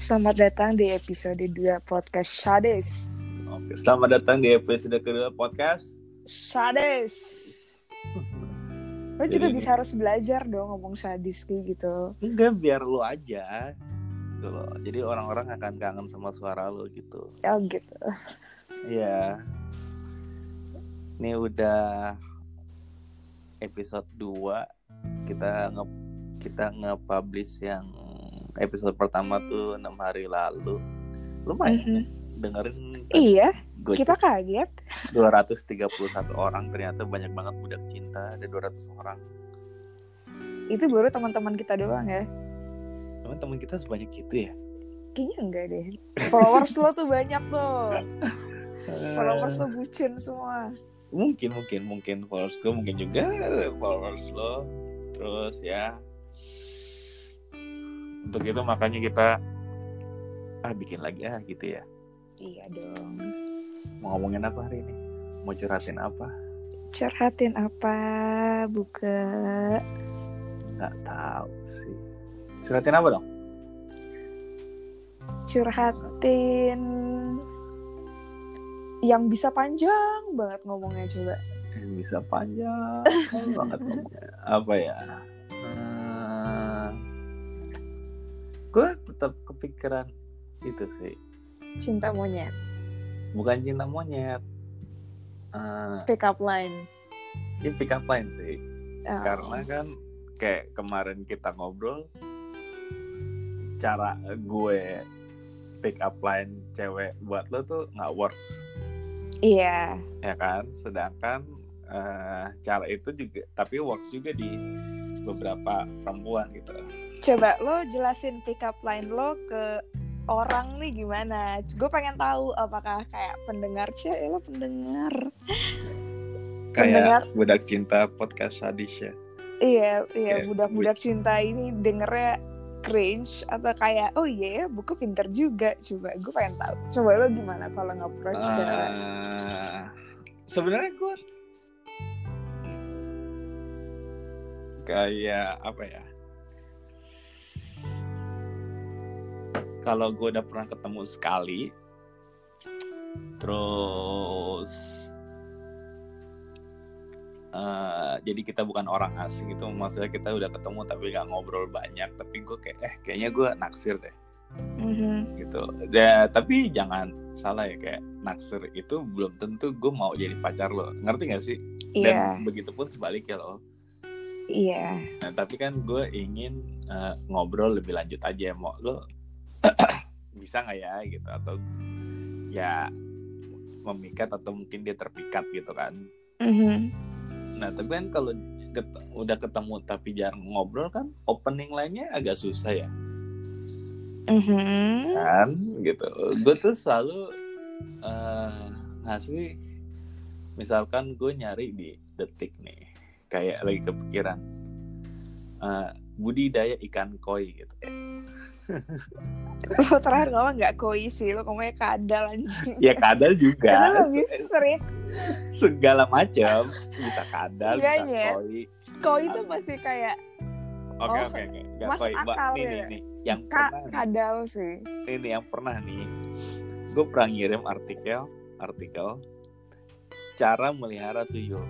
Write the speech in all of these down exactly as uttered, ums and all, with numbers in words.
Selamat datang di episode dua podcast Shades. Oke, selamat datang di episode kedua podcast Shades. Lo juga bisa harus belajar dong ngomong Shades kayak gitu. Enggak, biar lo aja gitu loh. Jadi orang-orang akan kangen sama suara lo gitu. Ya gitu. Iya. Ini udah episode dua. Kita nge kita nge-publish yang episode pertama tuh enam hari lalu. Lumayan mm-hmm. dengerin. Iya, kita kaget. dua ratus tiga puluh satu orang, ternyata banyak banget budak cinta, ada dua ratus orang. Itu baru teman-teman kita doang ya? Teman-teman kita sebanyak itu ya? Kayaknya enggak deh. Followers lo tuh banyak tuh. Followers lo bucin semua. Mungkin, mungkin, mungkin followers gue, mungkin juga followers lo. Terus ya, untuk itu makanya kita ah bikin lagi ah gitu ya. Iya dong. Mau ngomongin apa hari ini? Mau curhatin apa? Curhatin apa? Buka. Nggak tahu sih. Curhatin apa dong? Curhatin yang bisa panjang banget ngomongnya, coba. Yang bisa panjang banget ngomongnya. Apa ya? Hmm, gue tetap kepikiran itu sih. Cinta monyet. Bukan cinta monyet. Uh, pick up line. Ya pick up line sih. Oh. Karena kan kayak kemarin kita ngobrol, cara gue pick up line cewek buat lo tuh nggak works. Iya. Ya kan. Sedangkan uh, cara itu juga, tapi works juga di beberapa perempuan gitu. Coba lo jelasin pick up line lo ke orang nih gimana? Gue pengen tahu apakah kayak pendengar cewek lo pendengar kayak pendengar budak cinta podcast Sadis ya. Iya, iya, budak-budak cinta ini dengernya cringe atau kayak oh iya ya, buku pinter juga. Coba gue pengen tahu. Coba lo gimana kalau nge-approach uh, cewek? Sebenarnya gue kayak apa ya? Kalau gue udah pernah ketemu sekali, terus uh, jadi kita bukan orang asing gitu, maksudnya kita udah ketemu tapi nggak ngobrol banyak, tapi gue kayak eh kayaknya gue naksir deh, mm-hmm. gitu. Ya, tapi jangan salah ya, kayak naksir itu belum tentu gue mau jadi pacar lo, ngerti nggak sih? Yeah. Dan begitu pun sebaliknya lo. Iya. Yeah. Nah, tapi kan gue ingin uh, ngobrol lebih lanjut aja, mau lo bisa nggak ya gitu, atau ya memikat atau mungkin dia terpikat gitu kan. Mm-hmm. Nah tapi kan kalau ket- udah ketemu tapi jarang ngobrol kan, opening line-nya agak susah ya. Mm-hmm. Kan gitu. Gue tuh selalu uh, ngasih, misalkan gue nyari di Detik nih, kayak lagi kepikiran uh, budidaya ikan koi gitu. Lo terakhir ngomong nggak koi sih, lo ngomongnya kadal anjing. Ya kadal juga. Se- segala macam, bisa kadal, iya, bisa ya. koi. Koi itu masih kayak oke oh, oke oke. Masuk koi. akal nih, ya. nih, nih. Yang Ka- pernah kadal nih. sih. Ini yang pernah nih. Gue pernah ngirim artikel, artikel cara melihara tuyul.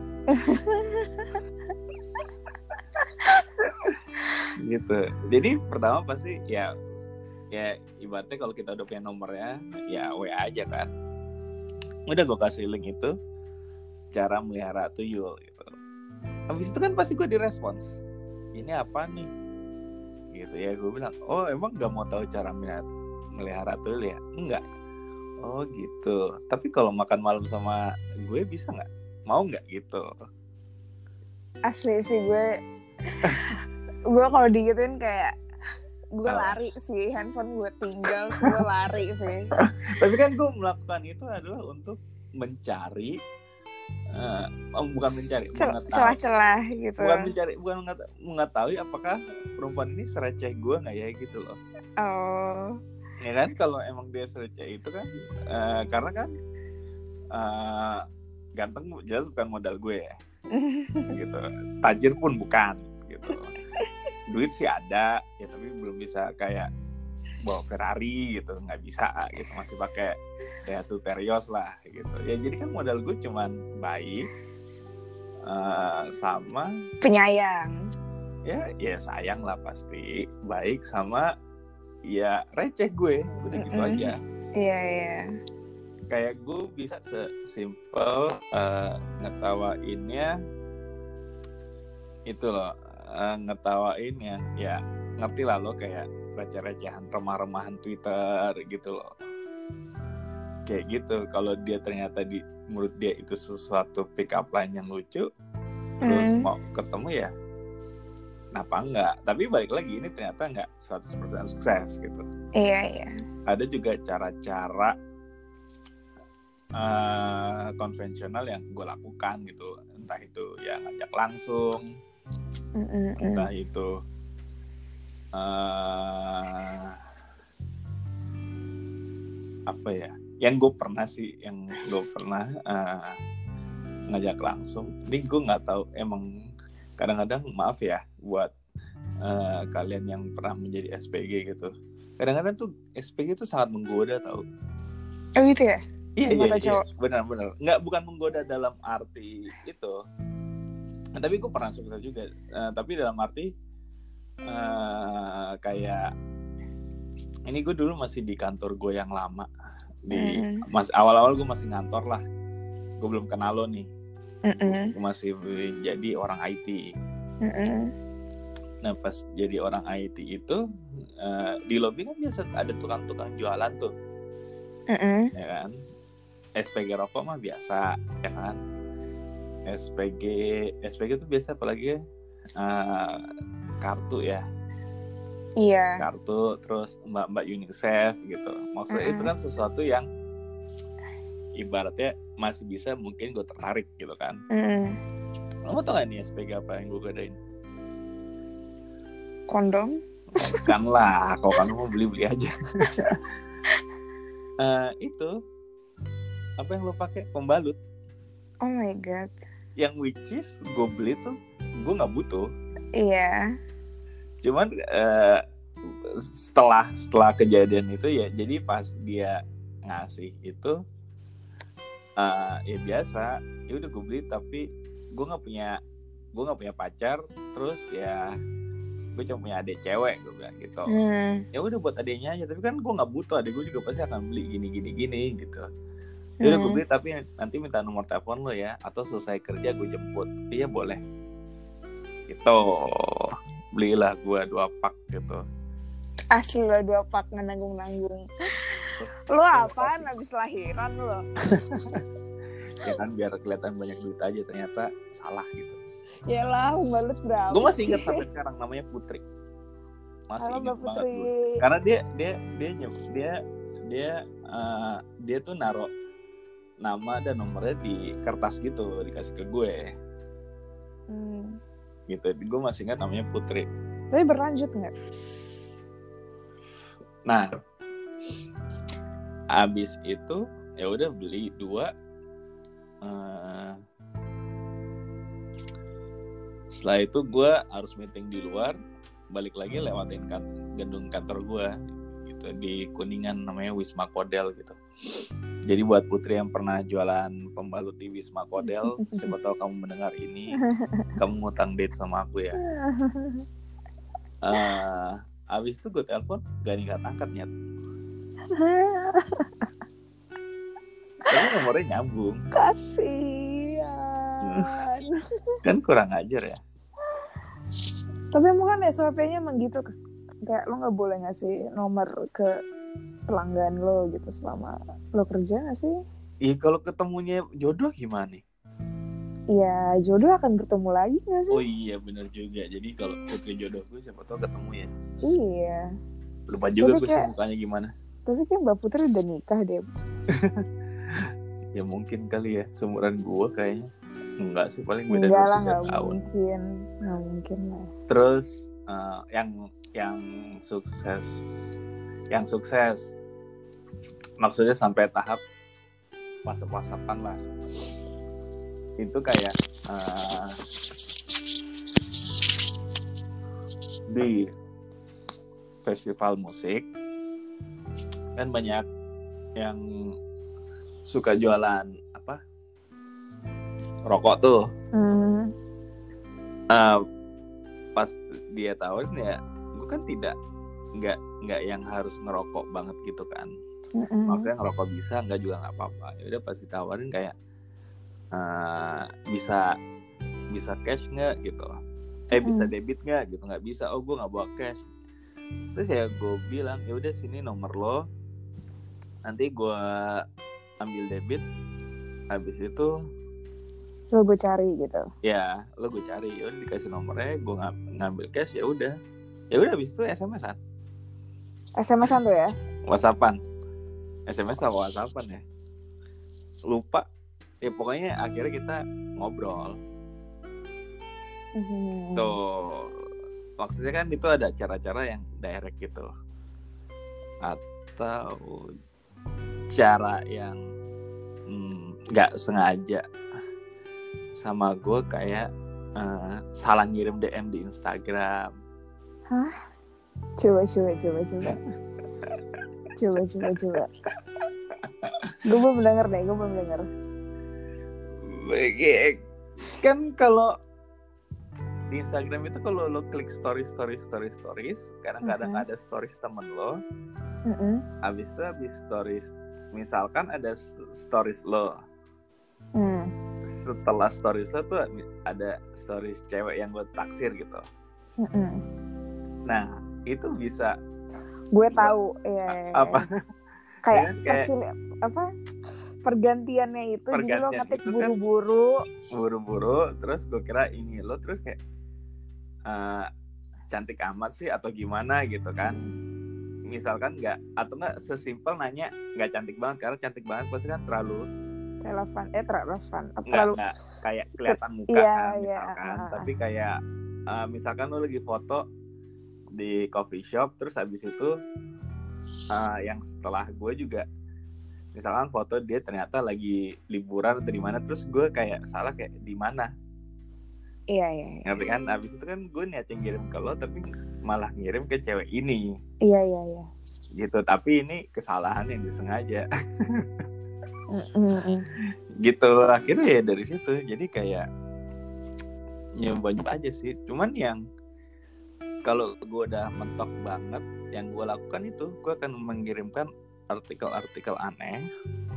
Gitu. Jadi pertama pasti ya ya ibaratnya kalau kita udah punya nomornya ya W A aja kan. Udah gue kasih link itu cara melihara tuyul gitu. Habis itu kan pasti gue direspons, ini apa nih gitu ya. Gue bilang oh emang gak mau tahu cara melihara tuyul ya? Enggak. Oh gitu. Tapi kalau makan malam sama gue bisa nggak? Mau nggak gitu? Asli sih gue gue kalau digituin kayak gue oh. lari sih, handphone gue tinggal, gue lari sih. Tapi kan gue melakukan itu adalah untuk mencari, uh, bukan mencari, Cel- celah-celah gitu. Bukan mencari, bukan mengetahui apakah perempuan ini sereceh gue nggak ya gitu loh. Oh. Ya kan, kalau emang dia sereceh itu kan, uh, karena kan uh, ganteng jelas bukan modal gue ya, gitu. Tajir pun bukan, gitu. Duit sih ada ya, tapi belum bisa kayak bawa Ferrari gitu, nggak bisa gitu, masih pakai Daihatsu Terios lah gitu. Ya jadi kan modal gue cuman baik uh, sama penyayang. Ya, ya sayang lah pasti, baik sama ya receh gue, udah gitu Mm-mm. aja. Iya iya. Kayak gue bisa sesimpel uh, ngetawainnya itu loh, uh, ngetawain yang ya ngerti lah lo kayak receh-recehan remah-remahan Twitter gitu loh. Kayak gitu, kalau dia ternyata di menurut dia itu sesuatu pick up line yang lucu, mm. terus mau ketemu ya kenapa enggak? Tapi balik lagi ini ternyata enggak seratus persen sukses gitu. Iya iya. Ada juga cara-cara uh, konvensional yang gue lakukan gitu, entah itu ya ngajak langsung, Mm-mm. entah itu Uh, apa ya yang gue pernah sih yang gue pernah uh, ngajak langsung. Ini gue nggak tahu, emang kadang-kadang maaf ya buat uh, kalian yang pernah menjadi S P G gitu, kadang-kadang tuh S P G tuh sangat menggoda tau. Oh gitu ya? Iya iya, iya. Benar-benar nggak, bukan menggoda dalam arti itu, nah, tapi gue pernah sukses juga, uh, tapi dalam arti Uh, kayak ini gue dulu masih di kantor gue yang lama di mm. mas awal-awal gue masih ngantor lah, gue belum kenal lo nih, Mm-mm. gue masih jadi orang I T. Mm-mm. Nah pas jadi orang I T itu uh, di lobi kan biasa ada tukang-tukang jualan tuh, Mm-mm. ya kan. S P G rokok mah biasa, ya kan. S P G S P G tuh biasa apalagi uh, kartu ya, iya. Kartu, terus mbak-mbak UNICEF gitu. Maksudnya uh-uh. itu kan sesuatu yang ibaratnya masih bisa mungkin gue tertarik gitu kan. Uh-uh. Lo tau gak nih S P G apa yang gue godain? Kondom? Bukan lah, kalau kan mau beli-beli aja. uh, itu apa yang lo pakai? Pembalut. Oh my god. Yang which is gue beli tuh gue nggak butuh. Iya. Cuman uh, setelah setelah kejadian itu ya, jadi pas dia ngasih itu uh, ya biasa, ya udah gue beli, tapi gue nggak punya gue nggak punya pacar, terus ya gue cuma punya adik cewek, gue bilang gitu. Hmm. Ya udah buat adiknya aja, tapi kan gue nggak butuh, adik gue juga pasti akan beli gini gini gini gitu. Ya udah hmm. gue beli, tapi nanti minta nomor telepon lo ya, atau selesai kerja gue jemput. Iya boleh. Gitu. Belilah gue dua pak gitu. Asli lo dua pak nanggung-nanggung. Lo apaan abis lahiran lo? Ya kan biar kelihatan banyak duit aja, ternyata salah gitu. Yalah, pembalut berapa? Gue masih ingat sampai sekarang, namanya Putri. Masih Halo, ingat banget gue. Karena dia dia dia dia dia uh, dia tuh naruh nama dan nomornya di kertas gitu, dikasih ke gue. Hmm. Gitu, gue masih ingat namanya Putri. Tapi berlanjut nggak? Nah, abis itu ya udah beli dua. Uh, setelah itu gue harus meeting di luar, balik lagi lewatin kan gedung kantor gue gitu di Kuningan, namanya Wisma Kodel gitu. Jadi buat Putri yang pernah jualan pembalut di Wisma Kodel, siapa tahu kamu mendengar ini, kamu ngutang date sama aku ya. Uh, abis itu gue telepon, gak diangkat-angkat nyet. Tapi nomornya nyambung. Kasian. Kan kurang ajar ya. Tapi emang kan S O P-nya emang gitu, kayak lo nggak boleh ngasih nomor ke pelanggan lo gitu selama lo kerja nggak sih? Iya, kalau ketemunya jodoh gimana? Iya, jodoh akan bertemu lagi nggak sih? Oh iya benar juga. Jadi kalau Putri jodoh gue siapa tahu ketemu ya. Iya. Lupa juga gue sih mukanya gimana. Tapi kan Mbak Putri udah nikah deh. Ya mungkin kali ya, seumuran gue kayaknya. Enggak sih, paling beda dua tiga tahun. Enggak mungkin, nggak mungkin lah. Terus uh, yang yang sukses, yang sukses, maksudnya sampai tahap WhatsApp-WhatsAppan lah. Itu kayak uh, di festival musik kan banyak yang suka jualan apa rokok tuh. Hmm. Uh, pas dia tawarin ya gue kan tidak nggak nggak yang harus ngerokok banget gitu kan. Mm-mm. Maksudnya ngerokok bisa, nggak juga nggak apa-apa. Ya udah pas ditawarin kayak uh, bisa bisa cash nggak gitu, eh Mm-mm. bisa debit nggak gitu, nggak bisa, oh gue nggak bawa cash. Terus ya gue bilang ya udah sini nomor lo, nanti gue ambil debit, habis itu Lo gue cari gitu. ya lo gue cari, ya udah dikasih nomornya, gue ng- ngambil cash, ya udah, ya udah habis itu S M S-an, S M S-an tuh ya? WhatsApp-an, S M S sama WhatsApp-an ya, lupa, ya pokoknya akhirnya kita ngobrol. Mm-hmm. Tuh, maksudnya kan itu ada cara-cara yang direct gitu, atau cara yang nggak mm, sengaja sama gue kayak uh, salah ngirim D M di Instagram. Hah? Coba coba coba coba. coba coba coba. Gue belum denger deh, gue belum denger. Kan kalau di Instagram itu kalau lo klik stories stories stories stories, kadang-kadang uh-huh. ada stories temen lo, uh-huh. abis itu abis stories, misalkan ada stories lo, uh. setelah stories lo tuh ada stories cewek yang gue taksir gitu, uh-uh. nah itu bisa, gue tahu ya, apa kayak hasil apa pergantiannya itu, pergantian jadi lo ngetik buru-buru, kan, buru-buru, terus gue kira ini lo, terus kayak Uh, cantik amat sih atau gimana gitu kan, misalkan nggak, atau nggak sesimpel nanya nggak cantik banget, karena cantik banget pasti kan terlalu relevan, eh relevan nggak, terlalu nggak kayak kelihatan muka yeah, kan misalkan, yeah, uh, tapi kayak uh, misalkan lo lagi foto di coffee shop, terus habis itu uh, yang setelah gue juga misalkan foto dia ternyata lagi liburan atau di mana, terus gue kayak salah kayak di mana. Iya, iya, iya. Ngerti kan? Abis itu kan gue niat yang ngirim ke lo, tapi malah ngirim ke cewek ini. Iya, iya, iya. Gitu, tapi ini kesalahan yang disengaja. Gitu, akhirnya ya dari situ. Jadi kayak nyoba-nyoba aja sih. Cuman yang kalau gue udah mentok banget, yang gue lakukan itu, gue akan mengirimkan artikel-artikel aneh.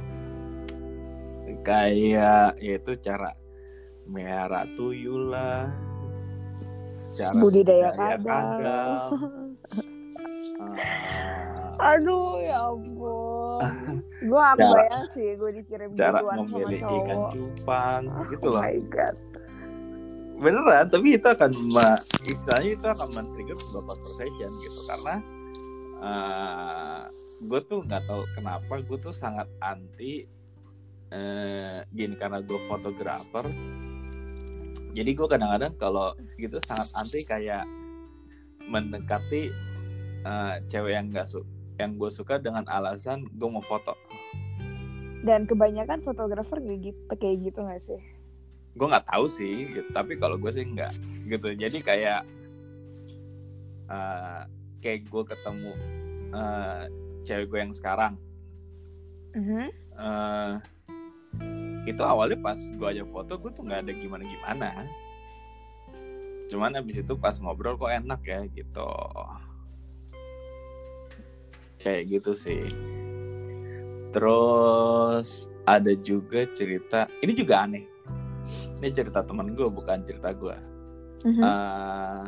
Kayak, yaitu cara merah tuyul lah, cara budidaya kadal. uh, Aduh ya ampun, gue gak bayang sih gue dikirim cara gituan sama cowok. ikan cupang gitu oh loh. Oh my god, beneran. Tapi itu akan, istilahnya itu akan men-trigger sebuah conversation gitu, karena uh, gue tuh nggak tahu kenapa gue tuh sangat anti. Uh, gini, karena gue fotografer, jadi gue kadang-kadang kalau gitu sangat anti kayak mendekati uh, cewek yang nggak su- yang gue suka dengan alasan gue mau foto. Dan kebanyakan fotografer kayak gitu, kayak gitu nggak sih? Gue nggak tahu sih, gitu. Tapi kalau gue sih nggak gitu. Jadi kayak uh, kayak gue ketemu uh, cewek gue yang sekarang. Uh-huh. Uh, itu awalnya pas gue aja foto gue tuh nggak ada gimana-gimana, cuman abis itu pas ngobrol kok enak ya gitu, kayak gitu sih. Terus ada juga cerita, ini juga aneh, ini cerita teman gue bukan cerita gue. Uh-huh. uh,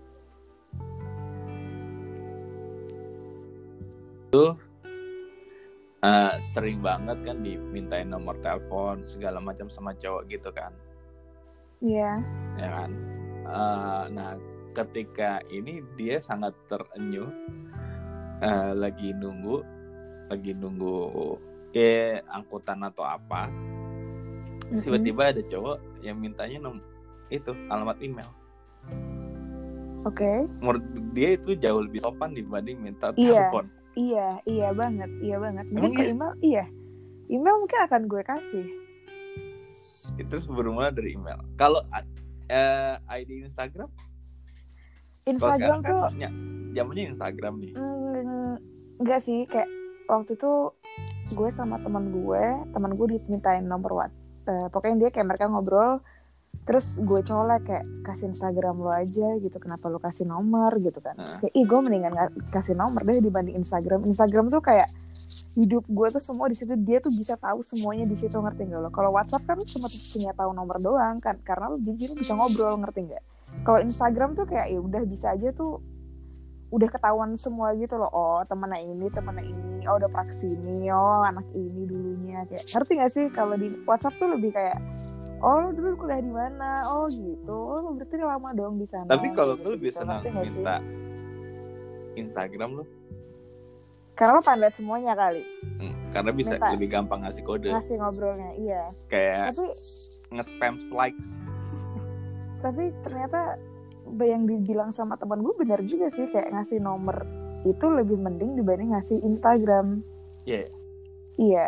tuh Uh, sering banget kan dimintain nomor telepon segala macam sama cowok gitu kan. Iya. Yeah. Ya kan. Uh, nah ketika ini dia sangat terenyuh, uh, lagi nunggu, lagi nunggu eh angkutan atau apa. Mm-hmm. Tiba-tiba ada cowok yang mintanya nom itu alamat email. Oke. Okay. Menurut dia itu jauh lebih sopan dibanding minta yeah. telepon. Iya, iya banget, iya banget. Mungkin ke iya? email, iya. Email mungkin akan gue kasih. Itu bermula dari email. Kalau uh, I D Instagram? Instagram tuh kan, ya, zamannya Instagram nih. Mm, enggak sih, kayak waktu itu gue sama teman gue, teman gue dimintain nomor WhatsApp. Uh, pokoknya dia kayak mereka ngobrol, terus gue colek kayak kasih Instagram lo aja gitu, kenapa lo kasih nomor gitu kan. Terus kayak ih gue mendingan kasih nomor deh dibanding Instagram. Instagram tuh kayak hidup gue tuh semua di situ, dia tuh bisa tahu semuanya di situ, ngerti nggak lo? Kalau WhatsApp kan cuma punya tahu nomor doang kan, karena lo jadi lo bisa ngobrol, ngerti nggak? Kalau Instagram tuh kayak ya udah bisa aja tuh udah ketahuan semua gitu loh. Oh temennya ini, temennya ini, oh udah praksi ini, oh anak ini dulunya, kayak ngerti nggak sih? Kalau di WhatsApp tuh lebih kayak oh lo dulu kuliah di mana, oh gitu, oh lo berarti lama dong di sana. Tapi kalau gitu, gue lebih gitu. senang minta Instagram lo, karena lo pandai semuanya kali. Hmm, karena bisa minta, lebih gampang ngasih kode, ngasih ngobrolnya, iya. Kayak tapi nge-spam likes. Tapi ternyata yang dibilang sama teman gue benar juga sih, kayak ngasih nomor itu lebih mending dibanding ngasih Instagram. Iya. Yeah. Iya.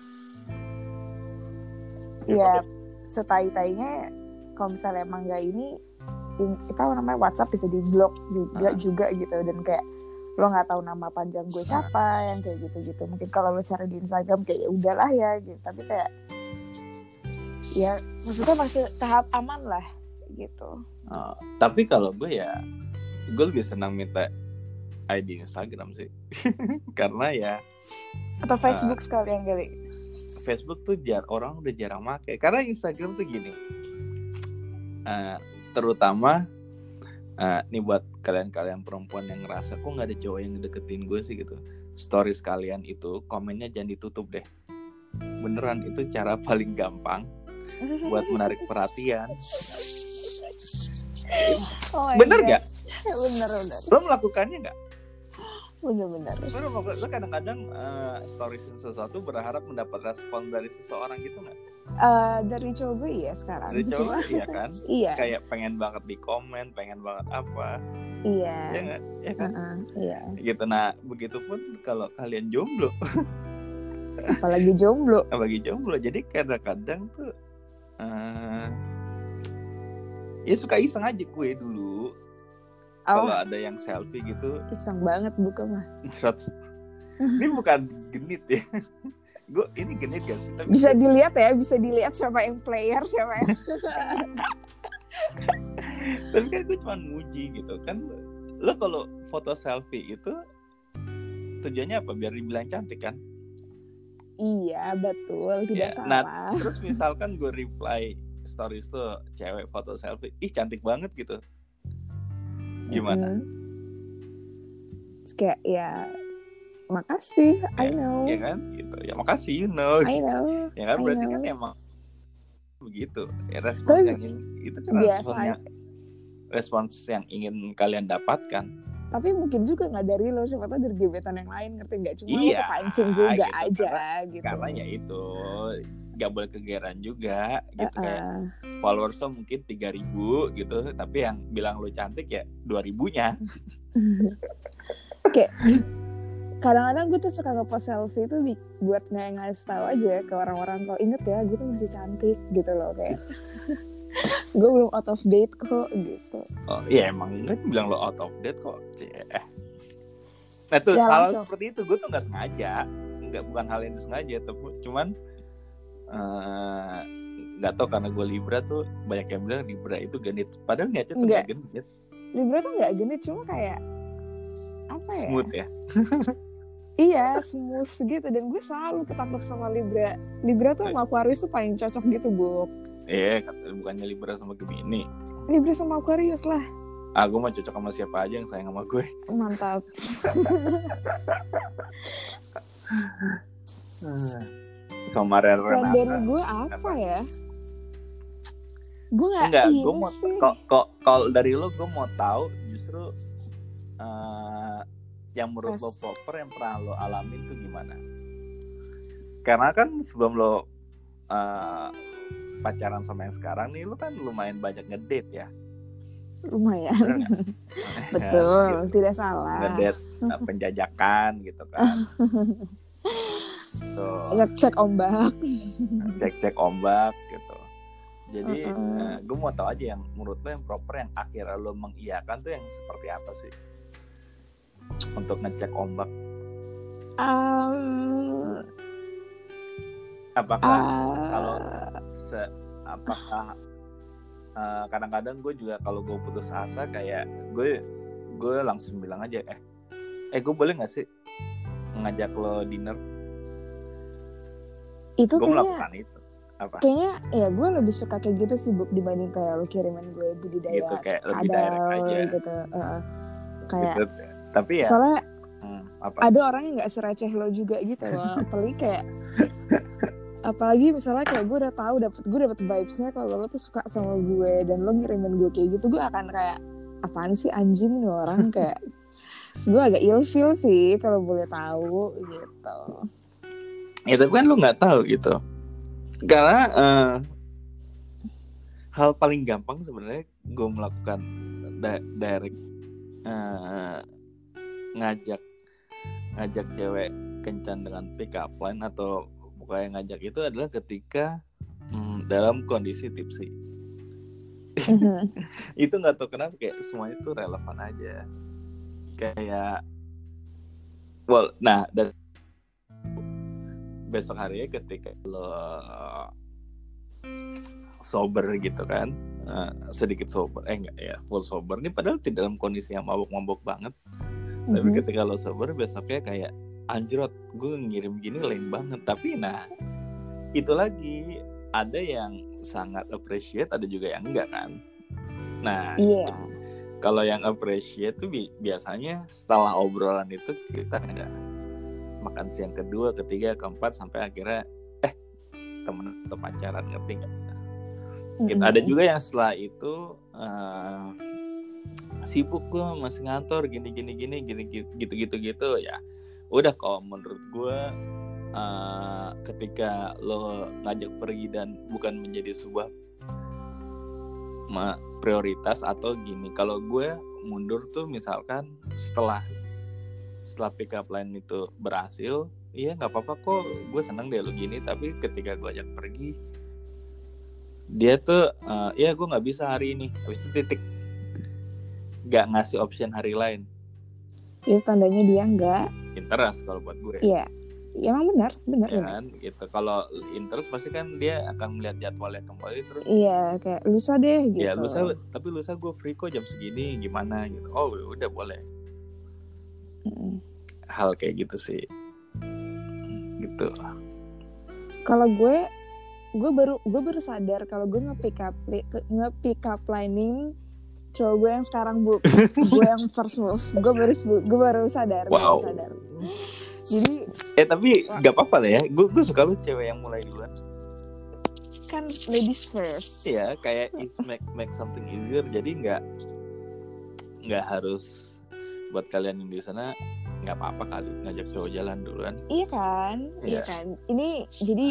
Iya, setai-tainya kalau misalnya emang nggak ini, in, apa namanya WhatsApp bisa di blok juga uh. juga gitu, dan kayak lo nggak tahu nama panjang gue siapa uh. yang kayak gitu-gitu. Mungkin kalau lo cari di Instagram kayak ya udahlah ya gitu, tapi kayak ya maksudnya masih tahap aman lah gitu. Uh, tapi kalau gue ya gue lebih senang minta I D Instagram sih. Karena ya atau Facebook uh, sekalian kali. Facebook tuh jar orang udah jarang pakai. Karena Instagram tuh gini, uh, terutama uh, nih buat kalian-kalian perempuan yang ngerasa kok nggak ada cowok yang deketin gue sih gitu, stories kalian itu komennya jangan ditutup deh. Beneran itu cara paling gampang buat menarik perhatian. Oh bener nggak? Bener bener. Lo melakukannya nggak? Bener-bener. Lo, lo kadang-kadang uh, storiesin sesuatu berharap mendapat respon dari seseorang gitu nggak? Uh, dari cowok gue iya sekarang. Dari cowok iya kan? Iya. Kayak pengen banget di komen, pengen banget apa? Iya. Iya nggak? Ya kan? Uh-uh, iya. Gitu. Nah, begitupun kalau kalian jomblo. Apalagi jomblo. Apalagi jomblo. Jadi kadang-kadang tuh uh, ya suka iseng aja gue dulu. Oh. Kalau ada yang selfie gitu iseng banget buka mah. Ini bukan genit ya. Gue ini genit gak sih? Tapi bisa dilihat ya, bisa dilihat siapa yang player, siapa yang tapi kan gue cuma muji gitu kan. Lo kalau foto selfie itu tujuannya apa? Biar dibilang cantik kan? Iya betul, tidak ya, salah. Nah terus misalkan gue reply stories tuh cewek foto selfie, ih cantik banget gitu, gimana? Mm-hmm. Kayak ya makasih, ya, I know. Ya kan, gitu. Ya makasih, you know. I know. Ya kan, I berarti know. kan emang begitu. Ya respons Tapi, yang ingin itu kan responsnya, respons yang ingin kalian dapatkan. Tapi mungkin juga nggak dari lo, siapa tahu dari gebetan yang lain, ngerti nggak? Cuma iya, lo kepancing juga gitu, aja, karena, gitu. Karena ya itu nggak boleh kegeran juga, gitu uh-uh. Kayak followersnya mungkin tiga ribu gitu, tapi yang bilang lo cantik ya dua ribunya. Kayak kadang-kadang gue tuh suka ngepost selfie tuh buat nggak ngasih tahu aja ke orang-orang kalau inget ya gue tuh masih cantik gitu loh, kayak gue belum out of date kok gitu. Oh iya emang kan bilang lo out of date kok. Eh. Nah tuh ya, hal langsung. Seperti itu gue tuh nggak sengaja, nggak bukan hal yang disengaja, tapi cuman nggak uh, tahu karena gue Libra tuh banyak yang bilang Libra itu genit, padahal niatnya tuh nggak genit. Libra tuh nggak genit, cuma kayak apa ya? Smooth ya. Iya, smooth gitu. Dan gue selalu ketangkep sama Libra. Libra tuh sama Aquarius tuh paling cocok gitu, Bu. Eh, bukannya Libra sama Gemini. Libra sama Aquarius lah. Ah, gue mah cocok sama siapa aja yang sayang sama gue. Mantap. Sama Renata. Dan dari gue apa ya? Gue gak Enggak, ini gue mau, sih. Kalau dari lo, gue mau tahu justru uh, yang menurut Mas. Lo proper yang pernah lo alamin tuh gimana? Karena kan sebelum lo uh, pacaran sama yang sekarang nih, lo kan lumayan banyak ngedate ya. Lumayan. Betul, gitu. Tidak salah. Ngedate uh, penjajakan gitu kan. So, cek ombak. Cek-cek ombak gitu. Jadi uh-uh. uh, gue mau tahu aja yang menurut lo yang proper yang akhirnya lo mengiyakan tuh yang seperti apa sih untuk ngecek ombak? Um, Apakah uh, kalau se apakah uh, kadang-kadang gue juga kalau gue putus asa kayak gue gue langsung bilang aja eh eh gue boleh nggak sih ngajak lo dinner? itu Gue kayaknya melakukan itu. Apa? kayaknya ya gue lebih suka kayak gitu sih Buk, dibanding kayak lo kirimin gue budidaya Gitu kayak lebih direct kadal aja. gitu. Uh, kayak Gitu. Tapi ya soalnya hmm, apa? ada orang yang nggak sereceh lo juga gitu loh. Apalagi kayak apalagi misalnya kayak gue udah tahu dapet gue dapet vibesnya kalau lo tuh suka sama gue dan lo ngirimin gue kayak gitu, gue akan kayak apaan sih anjing nih orang kayak gue agak ilfeel sih kalau boleh tahu gitu. Ya tapi kan lo nggak tahu gitu. Karena uh, hal paling gampang sebenarnya gue melakukan di- direct uh, ngajak ngajak cewek kencan dengan pick up line atau pokoknya ngajak itu adalah ketika hmm, dalam kondisi tipsi. Mm-hmm. Itu nggak tahu kenapa kayak semuanya tuh relevan aja. Kayak, well, nah dan besok harinya ketika lo sober gitu kan, uh, sedikit sober, eh enggak ya full sober nih padahal tidak dalam kondisi yang mabuk-mabuk banget. Mm-hmm. Tapi ketika lo sober besoknya kayak anjrot, gue ngirim gini lame banget. Tapi nah itu lagi ada yang sangat appreciate, ada juga yang enggak kan. Nah yeah. Kalau yang appreciate tuh bi- biasanya setelah obrolan itu kita enggak makan siang kedua, ketiga, keempat sampai akhirnya eh temen atau pacaran, ngerti nggak? Gitu. Ada juga yang setelah itu uh, sibuk gue masih ngantor gini gini gini gini gitu gitu gitu ya. Udah kalau menurut gue uh, ketika lo ngajak pergi dan bukan menjadi sebuah ma- prioritas atau gini, kalau gue mundur tuh misalkan setelah setelah pick up line itu berhasil, iya nggak apa-apa kok, gue seneng deh lo gini. Tapi ketika gue ajak pergi dia tuh uh, ya gue nggak bisa hari ini, habis itu titik, nggak ngasih option hari lain. Itu tandanya dia nggak interest kalau buat gue. Iya, ya, emang benar, benar ya kan, gitu. Kalau interest pasti kan dia akan melihat jadwalnya kembali terus. Iya, kayak lusa deh gitu. Ya lusa, tapi lusa gue free kok jam segini, gimana gitu. Oh udah boleh. Mm. Hal kayak gitu sih, gitu. Kalau gue, gue baru gue baru sadar kalau gue nge-pick up nge-pick up lining cowok gue yang sekarang bu, gue yang first move, gue baru gue baru sadar, wow. baru sadar. Jadi, eh tapi nggak apa-apa lah ya, gue gue suka lu cewek yang mulai duluan. Kan ladies first. Iya, kayak is make make something easier. Jadi nggak nggak harus buat kalian yang di sana, nggak apa-apa kali ngajak cowok jalan duluan. Iya kan, iya, iya kan. Ini jadi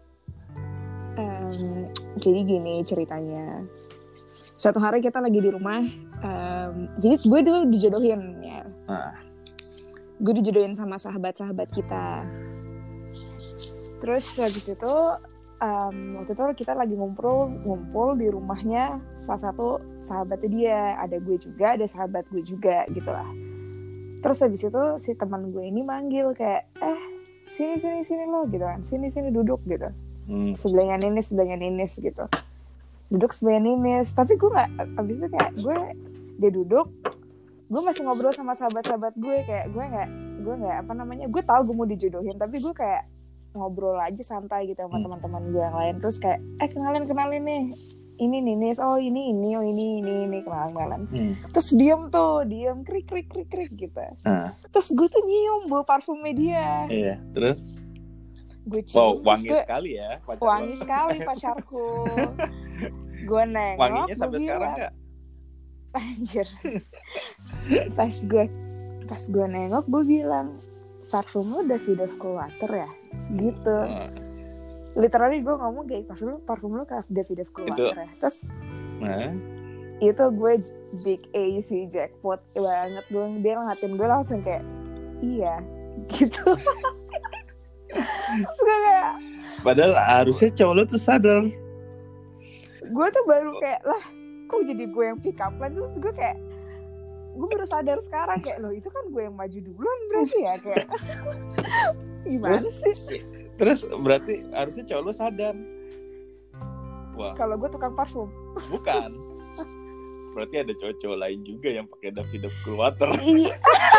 um, jadi gini ceritanya. Suatu hari kita lagi di rumah, um, jadi gue dulu dijodohin ya. Nah. Gue dijodohin sama sahabat-sahabat kita. Terus habis itu um, waktu itu kita lagi ngumpul ngumpul di rumahnya salah satu sahabatnya dia, ada gue juga, ada sahabat gue juga gitulah. Terus habis itu si teman gue ini manggil kayak eh sini sini sini lo gitu kan, sini sini duduk gitu. Hmm. Sebelahnya Ninis, sebelahnya Ninis gitu. Duduk sebelahnya Ninis, tapi gue nggak, habis itu kayak gue dia duduk, gue masih ngobrol sama sahabat-sahabat gue, kayak gue nggak gue nggak apa namanya, gue tahu gue mau dijodohin tapi gue kayak ngobrol aja santai gitu sama hmm. teman-teman gue yang lain. Terus kayak eh kenalin kenalin nih, ini Ninis, oh ini ini oh ini ini ini kenalan kenalan. Hmm. Terus diem tuh diem krik krik krik krik gitu. Uh. Terus gue tuh nyium bau parfumnya dia. Iya. Terus gue cium. Wow, wangi gue, sekali ya. Wangi lo. Sekali pacarku. Gue nengok. Wanginya sampai bilang, sekarang nggak? Anjir. Pas gue pas gue nengok gue bilang, parfum lu Davidoff Coolwater ya? Segitu. Hmm. Literally gue ngomong kayak parfum lu parfum lu kayak Davidoff Coolwater ya. Terus nah. Itu gue big A sih, jackpot banget. Gue dia ngeliatin gue langsung kayak iya gitu. Terus gue kayak, padahal harusnya cowok lu tuh sadar. Gue tuh baru kayak lah kok jadi gue yang pick up line. Terus gue kayak gue baru sadar sekarang kayak loh itu kan gue yang maju duluan berarti ya kayak gimana terus, sih? Terus berarti harusnya cowok lu sadar. Wah. Kalau gue tukang parfum. Bukan. Berarti ada cowok-cowok lain juga yang pakai Davidoff Cool Water. Iya.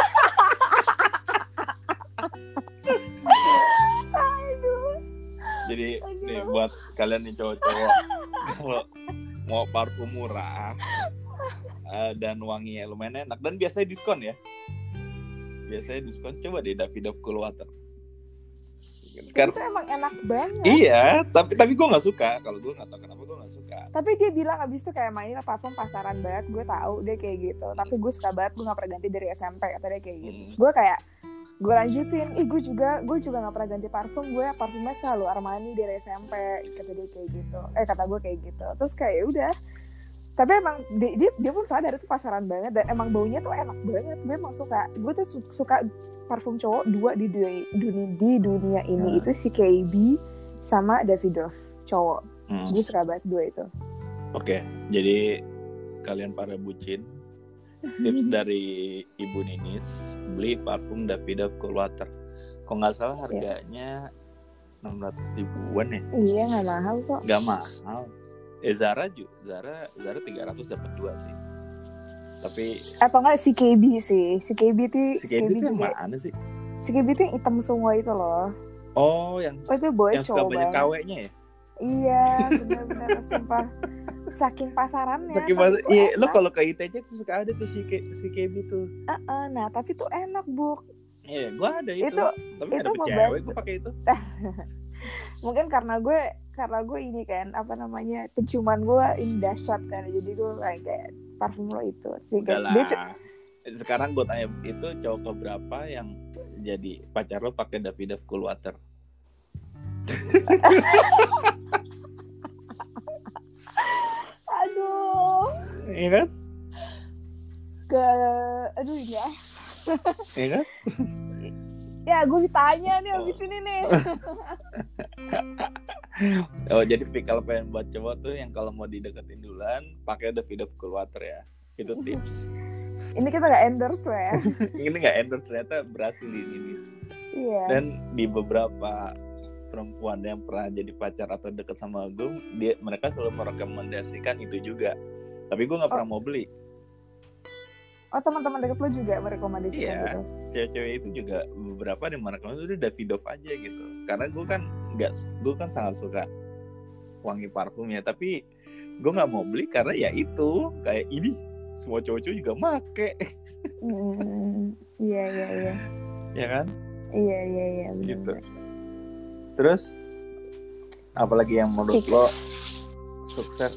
Jadi Aduh. nih buat kalian nih cowok-cowok kalau mau parfum murah uh, dan wanginya lumayan enak dan biasanya diskon ya. Biasanya diskon, coba deh Davidoff Cool Water. Karena itu emang enak banget. Iya, tapi tapi gue nggak suka. Kalau gue nggak tahu kenapa gue nggak suka. Tapi dia bilang abis itu kayak main parfum pasaran banget. Gue tahu dia kayak gitu. Tapi gue suka banget. Gue nggak pernah ganti dari S M P. Kata dia kayak gitu. Hmm. Terus gue kayak gue lanjutin. Ih gue juga gue juga nggak pernah ganti parfum. Gue parfumnya selalu Armani dari S M P. Kata dia kayak gitu. Eh kata gue kayak gitu. Terus kayak ya udah. Tapi emang dia, dia dia pun sadar itu pasaran banget dan emang baunya tuh enak banget. Gue emang suka. Gue tuh su- suka parfum cowok dua di dunia, dunia di dunia ini hmm. itu si K B sama Davidoff cowok. Hmm. Gue suka banget dua itu. Oke, jadi kalian para bucin, tips dari Ibu Ninis, beli parfum Davidoff Cool Water. Kok nggak salah harganya enam ratus ribuan ya? Iya, nggak mahal kok. Nggak mahal. Eh Zara juga, Zara Zara tiga ratus dapat dua sih. Tapi atau enggak si K B sih. Si K B itu si K B itu yang mana sih? Si K B itu yang hitam semua itu loh. Oh, yang oh, itu boy yang suka banyak K W-nya ya? Iya, benar-benar sumpah. Saking pasarannya. Saking pasar, iya, lo kalau ke I T C tuh suka ada tuh si K, si K B tuh. Uh-uh, nah, tapi tuh enak, Bu. Iya, gua ada itu. itu tapi itu ada cewek gua pakai itu. Mungkin karena gue karena gue ini kan apa namanya penciuman gue ini dahsyat kan, jadi gue kayak parfum lo itu sih. Dia... Sekarang gue tanya, itu cowok keberapa yang jadi pacar lo pakai Davidoff Cool Water? Aduh. Iya kan? Ke aduh ya. Iya kan? Ya gue ditanya nih abis oh. ini nih. Oh jadi pikal pengen buat cowok tuh yang kalau mau dideketin duluan pakai Davidoff Cool Water ya. Itu tips. Ini kita nggak endorse ya. Ini nggak endorse, ternyata berhasil di Ninis. Iya. Dan di beberapa perempuan yang pernah jadi pacar atau deket sama gue, dia mereka selalu merekomendasikan itu juga. Tapi gue nggak oh. pernah mau beli. Oh teman-teman deket lo juga merekomendasikan iya, gitu? Iya, cewek-cewek itu juga beberapa yang merekomendasikan itu Davidoff aja gitu. Karena gue kan nggak, gue kan sangat suka wangi parfumnya, tapi gue nggak mau beli karena ya itu kayak ini semua cowok-cowok juga make. Hmm, iya iya iya. Ya kan? Iya iya iya. Bener. Gitu. Terus apalagi yang menurut lo sukses?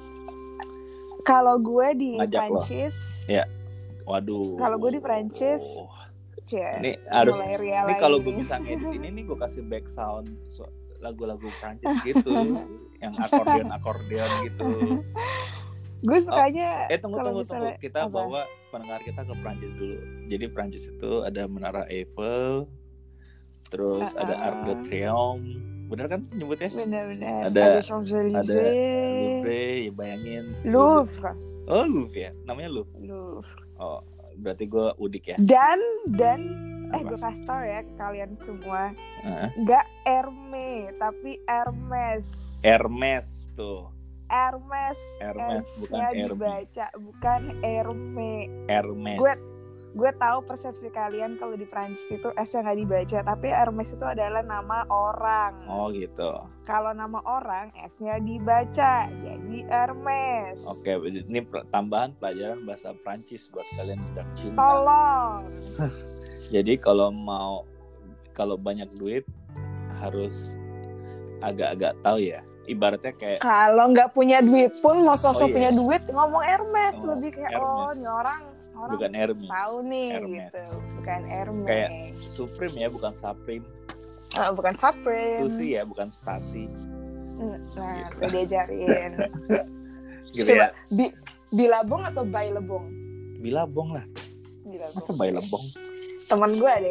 Kalau gue di Ngajak Prancis. Lo. Ya. Waduh. Kalau gue di Prancis, oh. Cie, ini harus. Ini kalau gue ini. bisa ngedit ini nih gue kasih back sound so, lagu-lagu Prancis gitu, yang akordeon akordeon gitu. Gue sukanya. Oh, eh tunggu tunggu misalnya, tunggu. Kita apa? Bawa pendengar kita ke Prancis dulu. Jadi Prancis itu ada Menara Eiffel, terus uh-uh. ada Arc de Triomphe. Bener kan nyebutnya? Bener-bener. Ada ada Champs-Élysées. Ada Louvre, ya bayangin. Louvre. Oh Louvre ya, namanya Louvre. Louvre. Oh berarti gue udik ya. Dan dan apa? eh gue kasih tau ya ke kalian semua, uh-huh. nggak Hermes tapi Hermes. Hermes tuh. Hermes. Hermes bukan Hermes. Dibaca bukan Hermes. Hermes. Gue gue tahu persepsi kalian kalau di Prancis itu S-nya nggak dibaca, tapi Hermes itu adalah nama orang. Oh gitu. Kalau nama orang S-nya dibaca, jadi Hermes. Oke, ini tambahan pelajaran bahasa Prancis buat kalian yang sedang cinta. Tolong. Jadi kalau mau kalau banyak duit harus agak-agak tahu ya. Ibaratnya kayak kalau nggak punya duit pun mau sosok oh, iya. punya duit ngomong Hermes, oh, lebih kayak Hermes. oh ini orang orang bukan Hermes. Tahu nih Hermes. gitu. Bukan Hermes. Kayak Supreme ya, bukan Supreme. Oh, bukan Supreme. Susi ya, bukan Stasi. Nah, gitu. Diajarin. Gitu Coba ya. bi Bilabong atau Bailebong? Bilabong lah. Bilabong. Masa Bailebong? Teman gue ada yang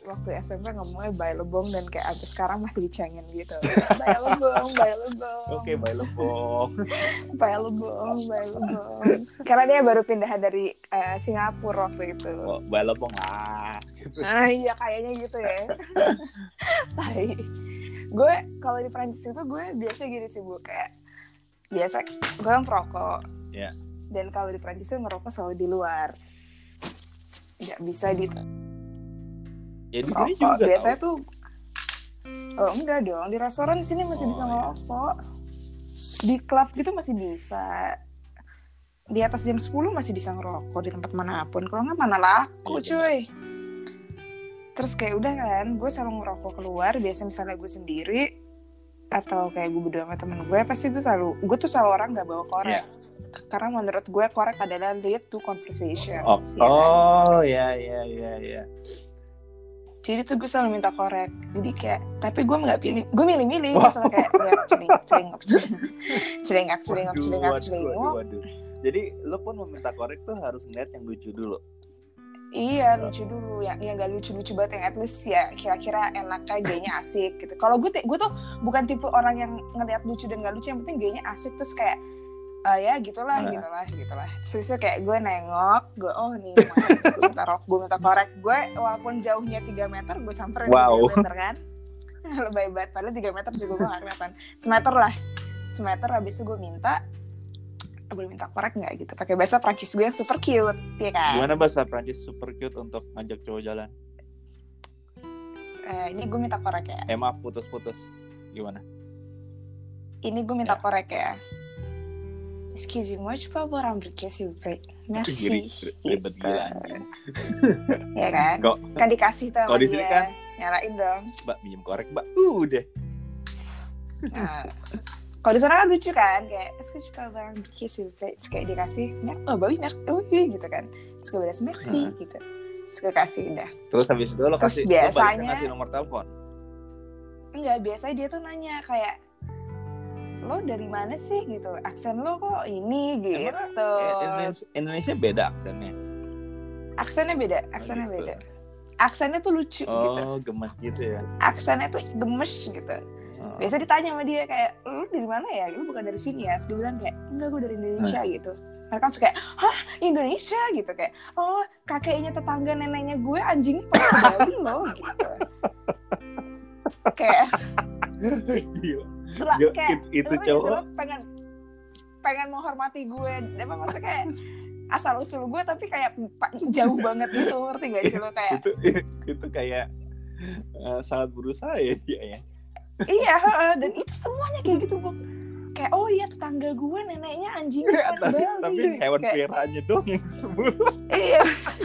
waktu S M P ngomongnya Bay Lebong dan kayak sampai sekarang masih dicengin gitu. Bay Lebong, Bay Lebong. Oke, Bay Lebong. Bay Lebong, Bay Lebong. Karena dia baru pindah dari uh, Singapura waktu itu. Oh, Bay Lebong lah. Gitu. Ah iya kayaknya gitu ya. Tai. Gue kalau di Prancis itu gue biasa gini sih Bu, kayak biasa gue kan perokok. Iya. Yeah. Dan kalau di Prancis itu ngerokok selalu di luar. Nggak bisa di ya di sini juga biasanya tahu. Tuh oh enggak dong, di restoran di sini masih oh, bisa iya. ngerokok, di klub gitu masih bisa, di atas jam sepuluh masih bisa ngerokok di tempat manapun. Kalau nggak mana laku iya, cuy. Terus kayak udah kan, gue selalu ngerokok keluar. Biasa misalnya gue sendiri atau kayak gue berdua sama temen gue, pasti gue selalu gue tuh selalu orang nggak bawa korek. Yeah. Karena menurut gue korek adalah lead to conversation. Oh, ya, oh kan? ya ya ya ya. Jadi tuh gue selalu minta korek. Jadi kayak, tapi gue nggak pilih, gue milih-milih. Wow. Misalnya kayak nggak celingak celingak celingak celingak celingak celingak. Jadi lo pun meminta korek tuh harus ngeliat yang lucu dulu. Iya lucu dulu, yang yang nggak lucu-lucu banget, yang at least ya kira-kira enak kayak gayanya asik gitu. Kalau gue gue tuh bukan tipe orang yang ngeliat lucu dan nggak lucu, yang penting gayanya asik terus kayak Uh, ya gitulah, nah. gitulah, gitulah. Terus kayak gue nengok, gue oh nih, gue minta rok, gue minta korek, gue walaupun jauhnya tiga meter, gue samperin wow. tiga meter kan, lebay banget. Padahal tiga meter juga gue nggak kelihatan, semeter lah, semeter. Habis itu gue minta, gue minta korek nggak gitu. Pakai bahasa Prancis gue yang super cute, ya kan? Gimana bahasa Prancis super cute untuk ngajak cowok jalan? Eh, ini gue minta korek ya. Eh maaf, putus-putus. Gimana? Ini gue minta ya. korek ya. Excusez-moi, je peux avoir un briquet s'il vous plaît? Merci. Ribet gila. Ya kan? Kok, kan dikasih tuh sama dia. Kan? Nyalain dong. Mbak, minjem korek, Mbak. Udah. Nah, kalau di sana kan lucu kan, kayak excuse-moi, je peux avoir un briquet s'il vous plaît? Terus kayak dikasih, oh bawi, merci, oh iya gitu kan. Terus gue bilang merci hmm. gitu. Terus gue kasih udah. Terus habis itu lo kasih, Terus biasanya lo kasih nomor telepon? Enggak, biasanya dia tuh nanya kayak, lo dari mana sih gitu, aksen lo kok ini gitu. Emang Indonesia beda aksennya? Aksennya beda, aksennya oh, gitu. beda. Aksennya tuh lucu oh, gitu. Oh gemes gitu ya? Aksennya tuh gemes gitu. Oh. Biasa ditanya sama dia kayak, lo dari mana ya? Lo bukan dari sini ya? Terus dia bilang kayak, enggak gue dari Indonesia hmm. gitu. Mereka suka kayak, hah Indonesia gitu kayak, oh kakeknya tetangga neneknya gue anjing pernah Bali loh gitu. Kayak Sel- Yo, kayak it, itu cowok pengen pengen menghormati gue, apa maksudnya kayak asal usul gue tapi kayak jauh banget gitu, ngerti gak sih lo kayak itu itu kayak uh, sangat berusaha ya dia ya. Iya, dan itu semuanya kayak gitu Bu. Kayak oh iya tetangga gue neneknya anjing ya, kan tapi, Bali. Tapi hewan kayak, peliharaannya dong yang sebut. Iya.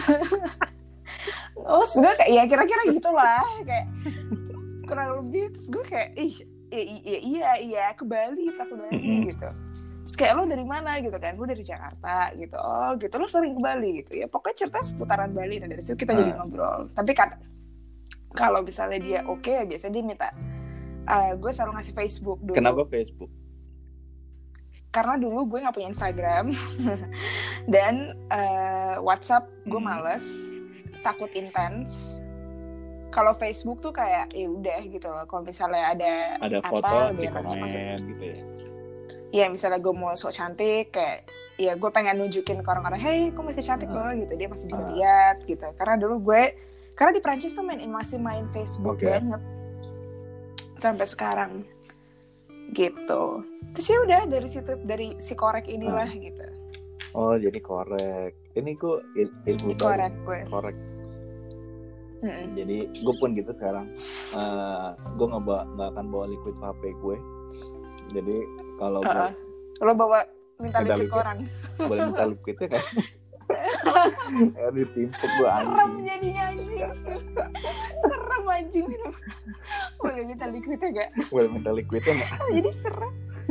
Oh, gue kayak ya kira-kira gitulah kayak kurang lebih. Terus gue kayak ih iya iya iya ke Bali pak ke Bali mm-hmm. gitu. Terus kayak lo dari mana gitu kan? Gue dari Jakarta gitu. Oh gitu, lo sering ke Bali gitu ya. Pokoknya cerita seputaran Bali. Nah dari situ kita uh. jadi ngobrol. Tapi kan kalau misalnya dia oke okay, biasanya dia minta uh, gue selalu ngasih Facebook dulu. Kenapa Facebook? Karena dulu gue nggak punya Instagram dan uh, WhatsApp gue hmm. males, takut intens. Kalau Facebook tuh kayak ya udah gitu loh. Kalau misalnya ada ada apa, foto lebih di komen gitu ya. Ya misalnya gue mau sok cantik kayak ya gue pengen nunjukin ke orang-orang, hey gue masih cantik uh. loh gitu, dia masih bisa uh. lihat gitu. Karena dulu gue karena di Prancis tuh main masih main Facebook okay. banget sampai sekarang gitu. Terus ya udah dari situ dari si korek inilah uh. gitu. Oh jadi korek. Ini gue ilmu korek gue. Korek. Mm-mm. Jadi gue pun gitu sekarang. Uh, gue nggak bawa nggak akan bawa liquid H P gue. Jadi kalau uh-uh. lo bawa minta liquid ke orang. Boleh minta liquidnya kan? Ya ditimpuk gue anjing. Serem jadinya anjing. Serem anjing. Boleh minta liquidnya gak? Boleh minta liquidnya gak? Jadi serem.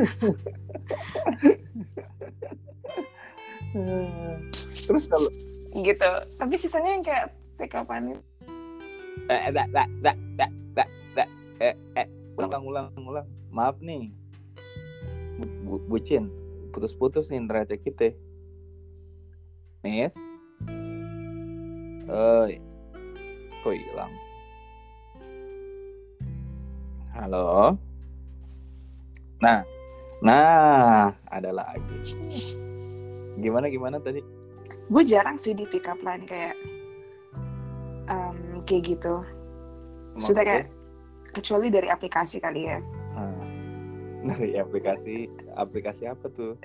Terus kalau gitu. Tapi sisanya yang kayak pick up-an itu. Eh, tak, tak, tak, tak, tak, tak, eh, eh, ulang, ulang, ulang. Maaf nih, Bu, bucin, putus-putus nih neraca kita. Nes, eh, kok hilang? Halo. Nah, nah, ada lagi. Gimana gimana tadi? Gue jarang sih di pick up line kayak um, kayak gitu. Maksudnya kayak kecuali dari aplikasi kali ya. Nah, dari aplikasi, aplikasi apa tuh?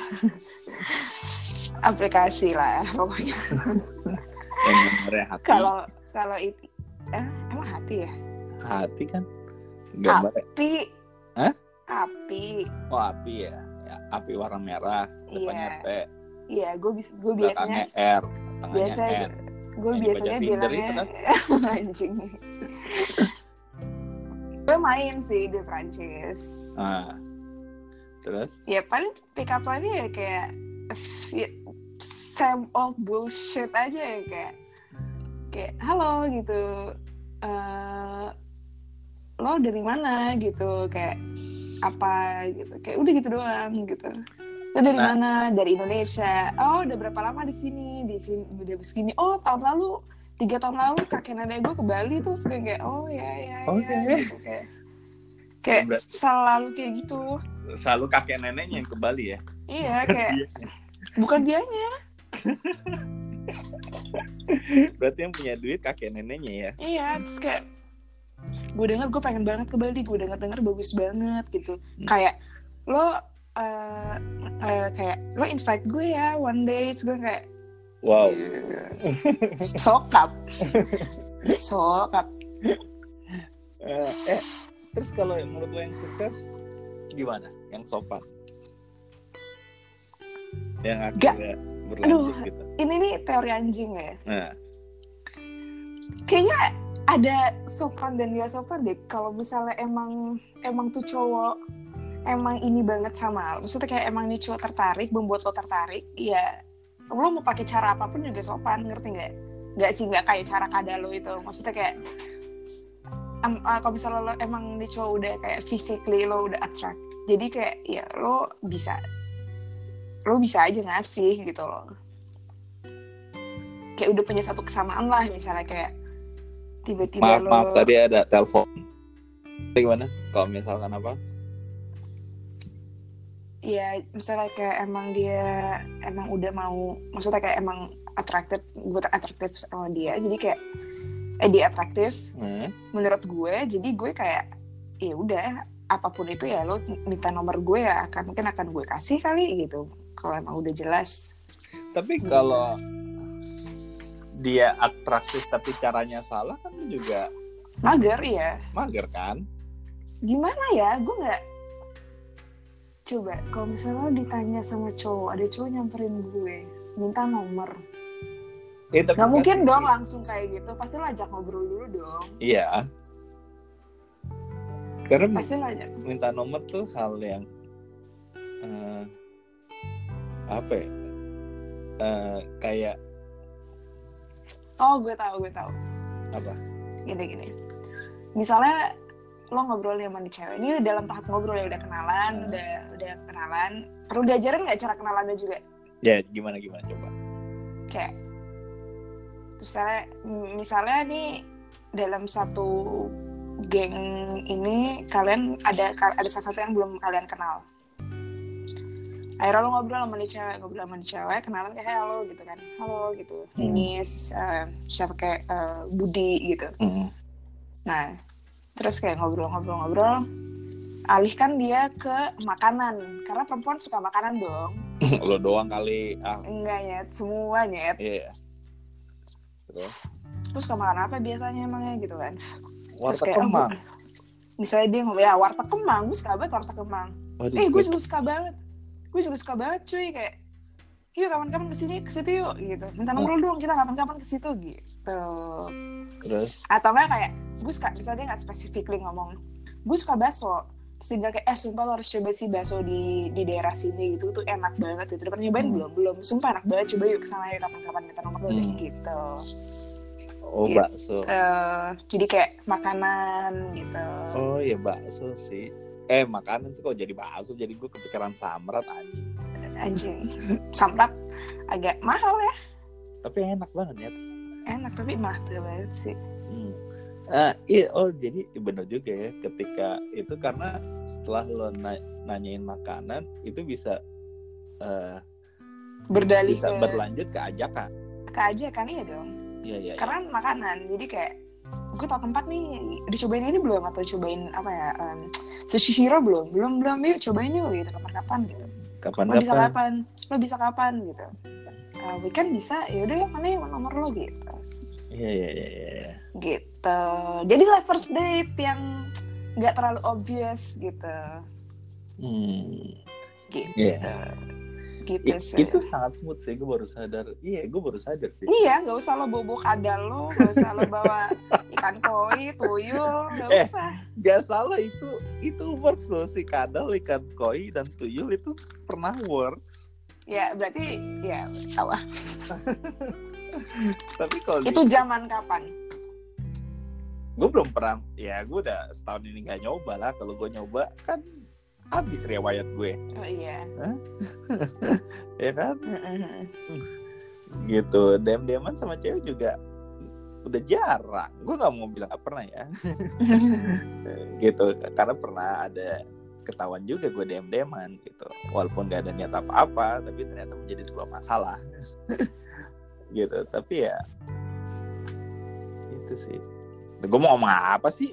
Aplikasi lah pokoknya. Yang nomornya hati. Kalau kalau itu, eh, emang hati ya? Hati kan? Gambar. Api. Hah? Api. Oh api ya. Ya api warna merah. Depannya Iya. T. Iya, gue bis, gue biasanya. R. Tengahnya Biasa. N. Gue Yang biasanya dibaca Tinder bilangnya itu kan? anjing. Gue main sih di Prancis. Nah, terus? Ya paling pick up line-nya ya kayak ya, same old bullshit aja ya kayak kayak halo gitu, uh, lo dari mana gitu, kayak apa gitu, kayak udah gitu doang gitu. Lo dari Nah. mana? Dari Indonesia. Oh udah berapa lama di sini? Di sini udah segini. Oh tahun lalu tiga tahun lalu kakek nenek gue ke Bali, terus gue kayak oh ya ya Oke. ya gitu, kayak kayak Ber- selalu kayak gitu. Selalu kakek neneknya yang ke Bali ya? Iya kayak bukan dianya. Berarti yang punya duit kakek neneknya ya? Iya, terus kayak gue denger gue pengen banget ke Bali, gue denger-denger bagus banget gitu. Hmm. Kayak lo uh, uh, kayak lo invite gue ya one day, terus gue kayak Wow. sokap, sokap. Uh, eh, terus kalau menurut lo yang sukses gimana? Yang sopan? Yang akhirnya berlanjut Aduh, gitu? Ini nih teori anjing ya. Nah. Kayaknya ada sopan dan gak sopan deh. Kalau misalnya emang emang tuh cowok emang ini banget sama lo, maksudnya kayak emang nih cowok tertarik, membuat lo tertarik, ya lo mau pakai cara apapun juga sopan, ngerti nggak? Nggak sih, nggak kayak cara kada lo itu. Maksudnya kayak um, uh, kalau misalnya lo emang nih cowok udah kayak physically lo udah attract, jadi kayak ya lo bisa lo bisa aja ngasih gitu loh. Kayak udah punya satu kesamaan lah, misalnya kayak tiba-tiba Maaf, lo maaf tadi ada telepon. Gimana? Kalau misalkan apa? ya misalnya kayak emang dia emang udah mau, maksudnya kayak emang attracted, gue atraktif sama dia, jadi kayak eh dia atraktif Hmm. menurut gue, jadi gue kayak ya udah apapun itu ya lo minta nomor gue ya akan mungkin akan gue kasih kali gitu kalau emang udah jelas. Tapi kalau dia atraktif tapi caranya salah kan juga Mager ya. mager kan? Gimana ya, gue nggak. Coba kalau misalnya lo ditanya sama cowok, ada cowok nyamperin gue minta nomor, Eh, tapi nggak mungkin pasti- dong langsung kayak gitu, pasti lo ajak ngobrol dulu dong. Iya. Karena Pasti lo ajak. minta nomor tuh hal yang uh, apa ya? Uh, kayak Oh gue tahu gue tahu. apa? Gini-gini. Misalnya lo ngobrol sama nih cewek, ini dalam tahap ngobrol ya, udah kenalan, Hmm. udah udah kenalan. Perlu diajarin nggak cara kenalannya juga? Ya gimana gimana coba. Kayak misalnya, misalnya nih dalam satu geng ini kalian ada ada salah satu yang belum kalian kenal. Akhirnya lo ngobrol sama nih cewek, ngobrol sama nih cewek, kenalan kayak halo gitu kan, halo gitu, Hmm. Ninis, uh, siapa kayak uh, Budi gitu. Hmm. Nah, terus kayak ngobrol-ngobrol-ngobrol, alihkan dia ke makanan, karena perempuan suka makanan dong. Lo doang kali. Ah, Enggak nyet, semua nyet. iya. Terus Terus suka makan apa biasanya emangnya gitu kan? warteg kayak, Kemang. oh, misalnya dia ngomong ya warteg Kemang, gue suka banget warteg Kemang. Waduh, Eh gue juga suka banget, gue juga suka banget cuy, kayak yuk kapan-kapan kesini kesitu yuk gitu, minta nomor dong, kita kapan-kapan kesitu gitu. Terus Atau enggak kayak gue suka, misalnya dia nggak specifically ngomong gue suka bakso, terus dia bilang kayak eh sumpah lo harus coba sih bakso di di daerah sini gitu, tuh enak banget gitu, udah pernah nyobain Hmm. belum belum sumpah enak banget, coba yuk kesana yuk kapan-kapan, minta nomor dong Hmm. gitu. oh Gitu. bakso. Uh, jadi kayak makanan gitu. Oh iya bakso sih. Eh makanan sih kok jadi bakso, jadi gue kepikiran samrat anjing. Anjing, samrat agak mahal ya. Tapi enak banget ya. Enak tapi mahal banget sih. Hmm. Ah, iya, oh jadi benar juga ya. Ketika itu karena setelah lo na- nanyain makanan itu bisa uh, Berdalih bisa ke berlanjut ke ajakan. ke aja kan, iya dong. Iya iya. Karena iya. makanan, jadi kayak gue tau tempat nih, dicobain ini belum, atau cobain apa ya, um, Sushi Hero belum, belum belum yuk cobain yuk gitu, kapan-kapan gitu. Kapan-kapan. Lo bisa kapan? Lo bisa kapan gitu? Uh, weekend bisa, yaudah mana yang nomor lo gitu. Iya iya iya. iya. Gitu. Jadi lah first date yang nggak terlalu obvious gitu. Hmm. Gitu. Yeah. Gitu It, sih. Itu sangat smooth sih, gue baru sadar. Iya, gue baru sadar sih. Iya, nggak usah lo bobo kadal lo, nggak usah lo bawa ikan koi, tuyul, nggak eh, usah. Gak salah itu, itu works loh, si kadal, ikan koi dan tuyul itu pernah works. Ya berarti ya tahu ah. Tapi kalau itu di... zaman kapan? Gue belum pernah, ya gue udah setahun ini gak nyoba lah. Kalau gue nyoba kan habis riwayat gue. Oh iya. Ya kan? Gitu, dem-deman sama cewek juga udah jarang. Gue nggak mau bilang gak pernah ya. Gitu, karena pernah ada ketahuan juga gue dem-deman gitu. Walaupun gak ada niat apa-apa, tapi ternyata menjadi sebuah masalah. Gitu, tapi ya itu sih. Gue mau ngomong apa sih?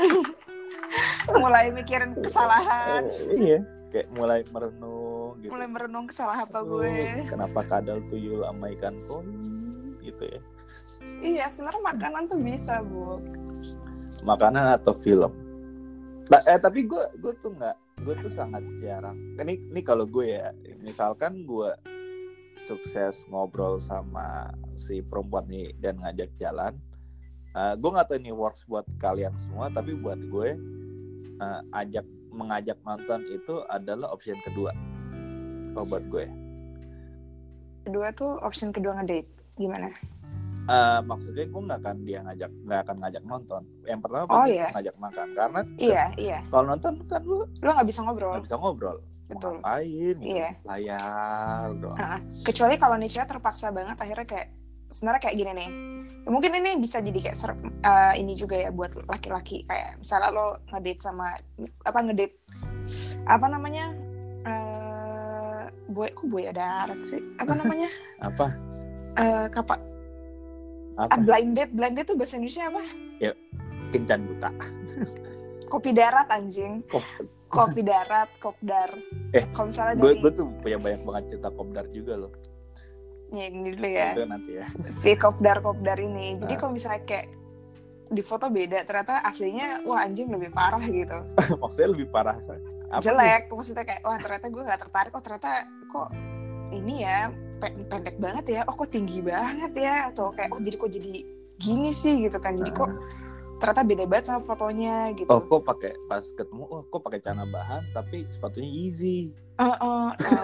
Mulai mikirin kesalahan. Iya, kayak mulai merenung gitu. Mulai merenung kesalahan apa gue. Kenapa kadal, tuyul sama ikan koi gitu ya. Iya, sebenarnya makanan tuh bisa, Bu. Makanan atau film. Nah, eh tapi gue gue tuh nggak, gue tuh sangat jarang. Ini ini kalau gue ya, misalkan gue sukses ngobrol sama si perempuan nih dan ngajak jalan, uh, gue nggak tahu ini works buat kalian semua, tapi buat gue uh, ajak mengajak nonton itu adalah option kedua. Kalau buat gue. Kedua tuh option kedua ngedate gimana? Uh, maksudnya gue nggak akan dia ngajak nggak akan ngajak nonton. Yang pertama oh, pasti iya. ngajak makan karena iya iya. Kalau nonton kan lu lu nggak bisa ngobrol. Nggak bisa ngobrol. Betul. Ngapain? Gitu. Iya. Layar doang. Uh-uh. Kecuali kalau nih cewek terpaksa banget akhirnya kayak sebenarnya kayak gini nih. Mungkin ini bisa jadi kayak ser- uh, ini juga ya buat laki-laki kayak misalnya lo ngedate sama apa ngedate apa namanya uh, boy kok boy darat sih apa namanya apa uh, kapak apa uh, blind date blind date tuh bahasa Indonesia apa ya kencan buta kopi darat anjing Kop- kopi darat kopdar eh kalau misalnya gue dari... gue tuh punya banyak banget cerita kopdar juga loh. Ya ini dulu ya. Itu nanti ya. Si kopdar-kopdar ini. Jadi nah. kalau misalnya kayak di foto beda, ternyata aslinya wah anjing lebih parah gitu. Maksudnya lebih parah. Apa jelek, nih? Maksudnya kayak wah ternyata gue gak tertarik. Oh ternyata kok ini ya pendek banget ya. Oh kok tinggi banget ya. Atau kayak oh jadi kok jadi gini sih gitu kan. Jadi kok ternyata beda banget sama fotonya gitu. Oh kok pakai pas ketemu, oh kok pakai celana bahan tapi sepatunya Yeezy. Uh, uh, uh.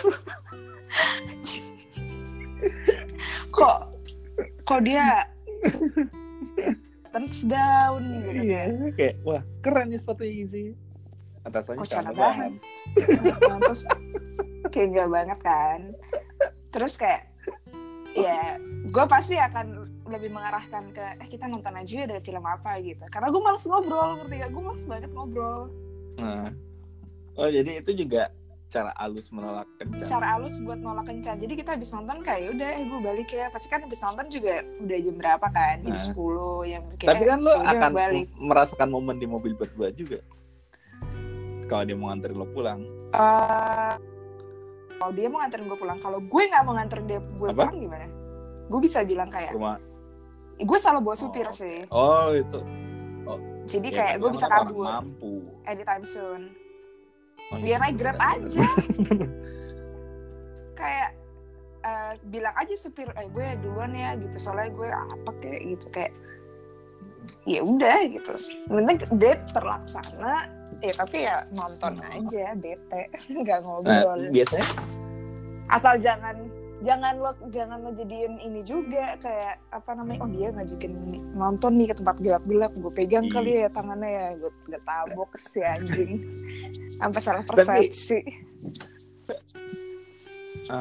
kok kok dia tens down gitu iya, kan kayak wah keren nih sepatu Yeezy atasannya celana bahan terus kayak gak banget kan terus kayak ya gue pasti akan lebih mengarahkan ke eh kita nonton aja ya dari film apa gitu karena gue males ngobrol ngerti gak gue males banget ngobrol. Nah. Oh jadi itu juga cara halus menolak kencan. Cara halus buat nolak kencan. Jadi kita habis nonton kayak udah eh gue balik ya. Pasti kan habis nonton juga udah jam berapa kan? Jam nah. sepuluh yang kayak. Tapi kan lo akan balik. merasakan momen di mobil berdua juga. Kalau dia mau nganterin lo pulang. Uh, kalau dia mau nganterin gue pulang, kalau gue nggak mau nganterin dia gue Apa? pulang gimana? Gue bisa bilang kayak. Rumah. Gue selalu bawa supir oh, sih. Oh itu. Oh. Jadi Ya, kayak gue bisa kabur. Mampu. Anytime soon. Oh, biar iya. naik Grab aja. Kayak uh, bilang aja supir, eh gue duluan ya gitu. Soalnya gue apa kayak gitu kayak. Ya udah gitu. Mending date terlaksana. Ya tapi ya nonton oh. aja, bete, nggak ngobrol. Nah, biasanya. Asal jangan jangan lo jangan lo jadiin ini juga kayak apa namanya oh dia ngajakin nonton nih ke tempat gelap-gelap gue pegang Ih. kali ya tangannya ya gue nggak tabok si anjing sampai salah persepsi. Tapi,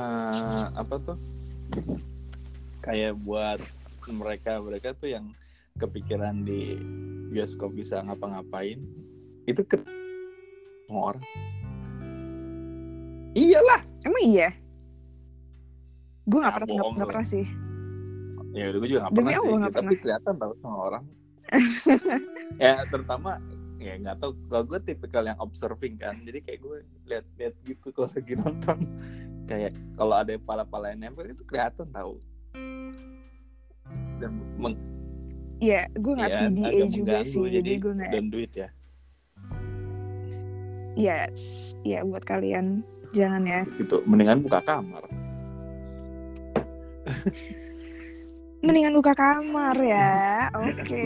uh, apa tuh kayak buat mereka mereka tuh yang kepikiran di bioskop bisa ngapa-ngapain, itu ke semua orang. Iyalah. Emang iya? Gue nggak Nah, pernah, bohong nggak lu. pernah sih. Ya udah gue juga nggak Demi pernah sih, Allah ya, nggak tapi pernah. kelihatan tau sama orang. Ya terutama ya nggak tahu, kalau gue tipikal yang observing kan, jadi kayak gue lihat-lihat gitu kalau lagi nonton, kayak kalau ada pala-pala yang nempel itu kelihatan tahu. Dan meng- Iya, gue nggak ya, P D A agak juga mengganggu, sih, jadi jadi gue nggak. don't do it ya. Iya, ya buat kalian jangan ya. Gitu, mendingan buka kamar. Mendingan buka kamar ya. Oke.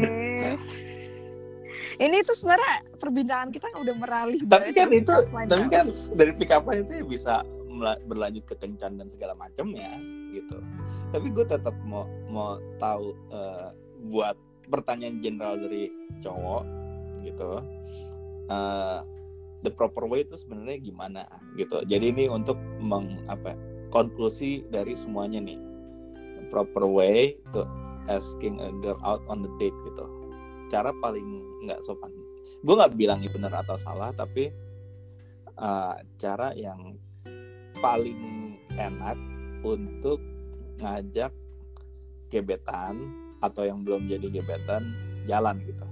Ini tuh sebenarnya perbincangan kita udah meralih Tapi banget kan ke itu, pick up line tapi tau. kan dari pick up line itu ya bisa mela- berlanjut ke kencan dan segala macamnya gitu. Tapi gue tetap mau mau tahu uh, buat pertanyaan general dari cowok gitu. Uh, the proper way itu sebenarnya gimana gitu. Jadi ini untuk meng apa konklusi dari semuanya nih. The proper way to asking a girl out on the date gitu. Cara paling nggak sopan. Gue nggak bilang ini benar atau salah, tapi uh, cara yang paling enak untuk ngajak gebetan atau yang belum jadi gebetan jalan gitu.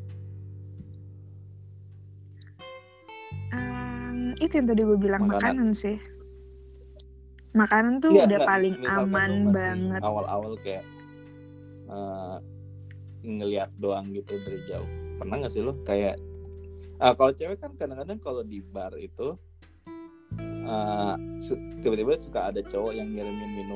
Um, itu yang tadi gue bilang Makanan. makanan sih. Makanan tuh Nggak, udah nggak, paling misalkan aman lu masih banget. Awal-awal kayak uh, ngelihat doang gitu dari jauh. Pernah nggak sih lo kayak uh, kalau cewek kan kadang-kadang kalau di bar itu uh, su- tiba-tiba suka ada cowok yang ngirimin minum.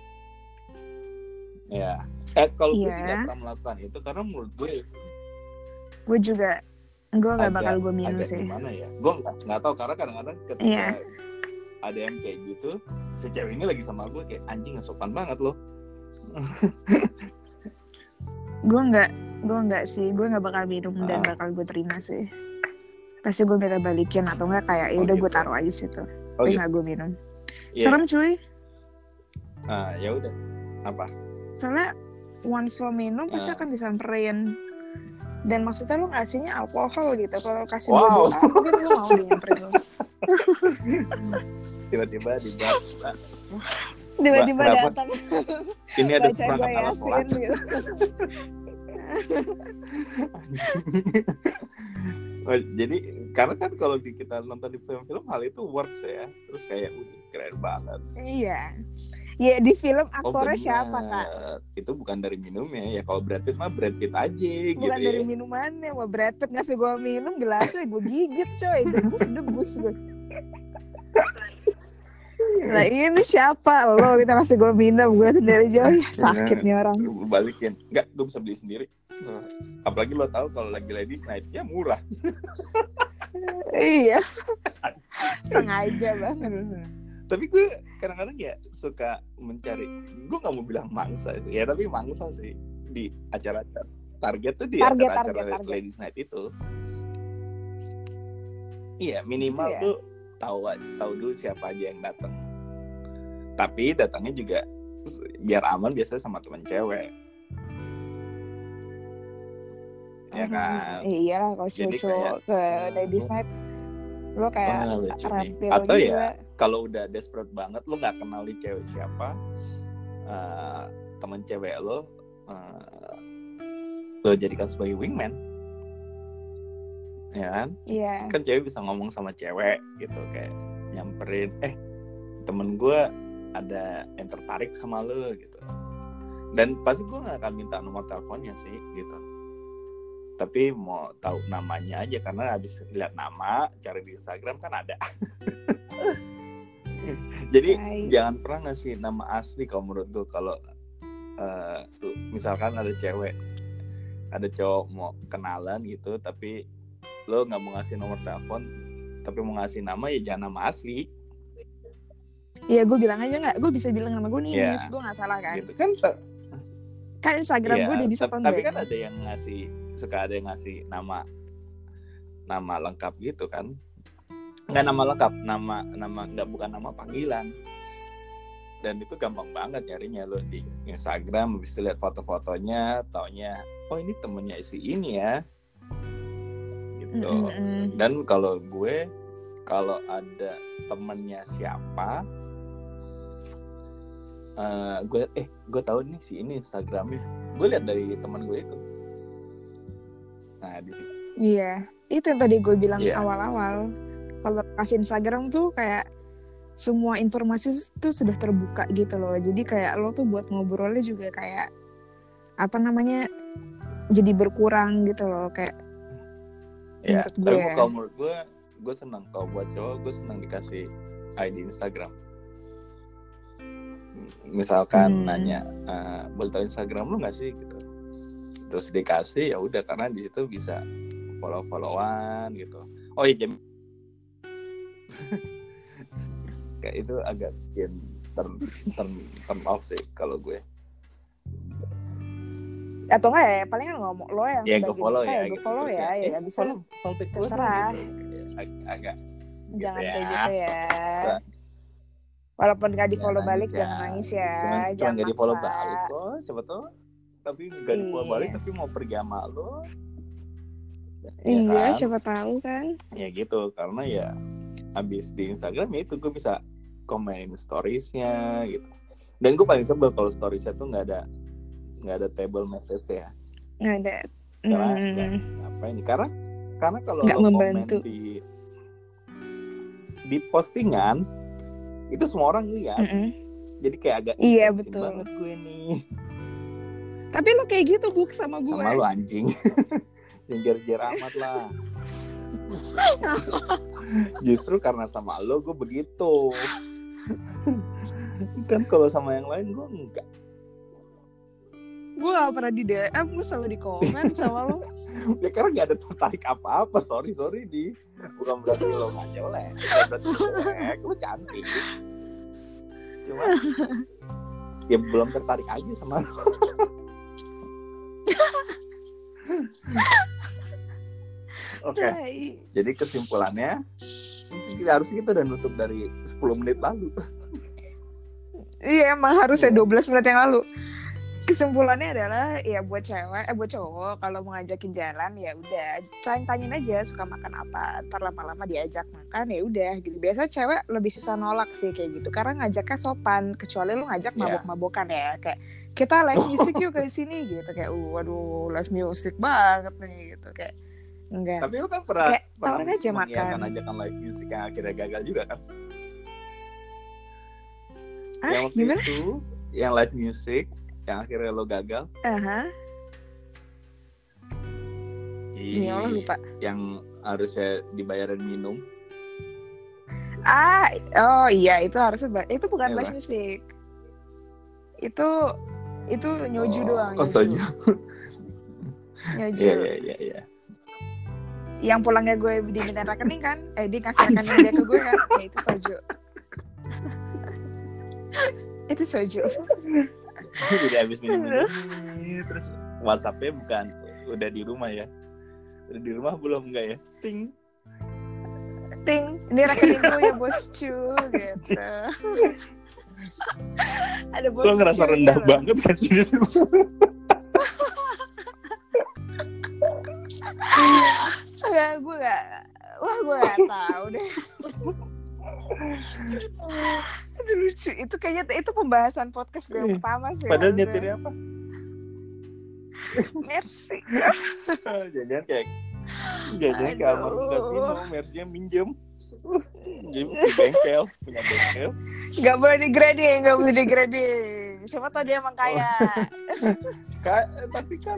Ya, eh kalau gue Iya. sih nggak pernah melakukan itu karena menurut gue Gue juga, gue nggak agak, bakal gue minum agak sih. gimana ya? Gue nggak nggak tahu karena kadang-kadang ketika Iya. ada yang kayak gitu, si cewek ini lagi sama gue kayak anjing nggak sopan banget loh. Gue nggak, gue nggak sih, gue nggak bakal minum dan Ah. bakal gue terima sih. Pasti gue minta balikin atau enggak kayak ya Oh, udah gitu. gue taruh aja situ. Oh, Tapi gitu. nggak gue minum. Iya. Serem cuy. Ah, ya udah. Apa? Soalnya once lo minum pasti Ah. akan disamperin. Dan maksudnya lo ngasihnya alkohol gitu. Kalau kasih Wow. gue doang mungkin lo mau dia nyamperin lo. Tiba-tiba di bar. Tiba-tiba Kenapa? datang Ini ada baca gue seperangkat alat yasin sholat. gitu. Oh, jadi karena kan kalau di, kita nonton di film-film hal itu works ya. Terus kayak uh, keren banget. Iya. Ya di film Oh, aktornya bener. siapa kak? Itu bukan dari minumnya ya. Kalau Brad Pitt mah Brad Pitt aja Bukan gitu dari ya. minumannya. Wah Brad Pitt ngasih gue minum gelasnya gue gigit coy. Debus-debus gue. Lah ini siapa lo kita kasih gue minum. Gue dari jauh ya sakit nih orang. Balikin. Enggak, gue bisa beli sendiri. Apalagi lo tahu kalau lagi ladies night ya murah. Iya. Sengaja banget. Tapi gue kadang-kadang ya suka mencari, gue nggak mau bilang mangsa ya, tapi mangsa sih di acara target tuh di Target, acara-acara target, target. ladies night itu. Iya minimal Gitu ya? tuh tahu tahu dulu siapa aja yang datang. Tapi datangnya juga biar aman biasanya sama teman cewek. Ya kan. Iya lah kalau Jadi cowok kayak, ke uh, ladies night lo kayak wah, lucu nih. reptil Atau juga. ya kalau udah desperate banget lo nggak kenal nih cewek siapa, uh, teman cewek lo uh, lo jadikan sebagai wingman, ya kan? Iya. Kan cewek bisa ngomong sama cewek gitu kayak nyamperin, eh temen gue ada yang tertarik sama lo gitu, dan pasti gue nggak akan minta nomor teleponnya sih gitu. Tapi mau tahu namanya aja karena habis lihat nama cari di Instagram kan ada. Jadi Hai. jangan pernah ngasih nama asli kalau menurut gue. Kalau uh, misalkan ada cewek, ada cowok mau kenalan gitu, tapi lo nggak mau ngasih nomor telepon, tapi mau ngasih nama ya jangan nama asli. Iya gue bilang aja nggak, gue bisa bilang nama gue Ninis, Ya, gue nggak salah kan? gitu kan. Kan Instagram Ya, gue udah di tapi, second tapi bank. kan ada yang ngasih, suka ada yang ngasih nama nama lengkap gitu kan. Nggak nama lengkap, nama nama nggak bukan nama panggilan. dan itu gampang banget nyarinya lo di Instagram, bisa lihat foto-fotonya, taunya oh ini temennya si ini ya gitu. Mm-hmm. Dan kalau gue kalau ada temennya siapa, uh, gue eh gue tahu nih si ini Instagramnya, gue lihat dari teman gue itu. Nah di situ. Iya, itu yang tadi gue bilang yeah. awal-awal. Kalau kasih Instagram tuh kayak semua informasi tuh sudah terbuka gitu loh. Jadi kayak lo tuh buat ngobrolnya juga kayak apa namanya jadi berkurang gitu loh kayak. Ya, menurut gue. Tapi kalau menurut gue, gue senang kalau buat cowok, gue senang dikasih I D Instagram. Misalkan hmm. nanya, uh, boleh tahu Instagram lu nggak sih gitu. Terus dikasih ya udah karena di situ bisa follow-followan gitu. Oh iya jam kayak itu agak bikin turn, turn, turn off sih kalau gue. Atau enggak ya palingan ngomong lo yang ya gue follow ya, ya gitu. gue follow ya, ya, ya bisa follow, follow terserah gitu. Ag- agak jangan gitu kayak ya. gitu ya. Walaupun gak di follow jangan balik nangis jangan nangis ya, cuman, jangan cuman gak di follow maksa. balik kok siapa tuh tapi gak di follow iya. balik tapi mau pergi sama lo ya iya kan? Siapa tahu kan ya gitu karena ya abis di Instagram ya itu gue bisa komen storiesnya gitu. Dan gue paling sebel kalau storiesnya tuh nggak ada nggak ada table message ya. Nggak ada. Karena hmm. nggak apa ini karena karena kalau nggak lo membantu. komen di di postingan itu semua orang lihat. Mm-mm. Jadi kayak agak iya betul banget gue nih. Tapi lo kayak gitu Buk sama gue. Sama lo anjing. Jengger-jer amat lah. Justru karena sama lo gue begitu. Kan kalau sama yang lain gue enggak. Gue gak pernah di D M, gue selalu di komen sama lo. Ya karena gak ada tertarik apa-apa. Sorry sorry di. Bukan berarti lo gak jelek. Bukan berarti lo jelek. Lo cantik. Cuma ya belum tertarik aja sama lo. Oke, okay. Jadi kesimpulannya kita harus kita udah nutup dari sepuluh menit lalu. Iya emang harusnya dua belas menit yang lalu. Kesimpulannya adalah ya buat cewek, eh buat cowok kalau mau ngajakin jalan ya udah tanyain aja suka makan apa, ntar lama-lama diajak makan ya udah gitu. Biasa cewek lebih susah nolak sih kayak gitu karena ngajaknya sopan, kecuali lu ngajak mabok-mabokan ya kayak kita live music yuk ke sini gitu kayak uh, waduh live music banget nih gitu kayak enggak. Tapi lu kan pernah kayak, pernah aja makan ajakan live music yang akhirnya gagal juga kan? Ah, yang waktu gimana? itu yang live music yang akhirnya lo gagal. Aha. Ini Allah lupa. Yang harusnya dibayarin minum. Ah, oh iya itu harusnya itu bukan ya, live music. Itu itu nyoju oh, doang. Oh, nyoju. Nyoju. Iya iya iya iya. Yang pulangnya gue diminta rekening kan? Eh dia kasih rekening dia ke gue kan? Ya itu soju. Itu soju. Jadi habis minum ini terus WhatsApp-nya bukan udah di rumah ya. Udah di rumah belum enggak ya? Ting. Ting, ini rekening gue ya boscu gitu. Ada boscu. Gue ngerasa rendah gitu banget kan sini. Enggak, gue gak wah gue gak tahu deh. Itu lucu, itu kayaknya itu pembahasan podcast gue yang pertama sih. Padahal nyetirnya apa? Mercy. Jangan kayak Jangan kayak almarhum kasino, Mercy-nya minjem. Jadi di bengkel, punya bengkel. Gak boleh di-grading, gak boleh di-grading. Siapa tau dia emang kaya. Ka- tapi kan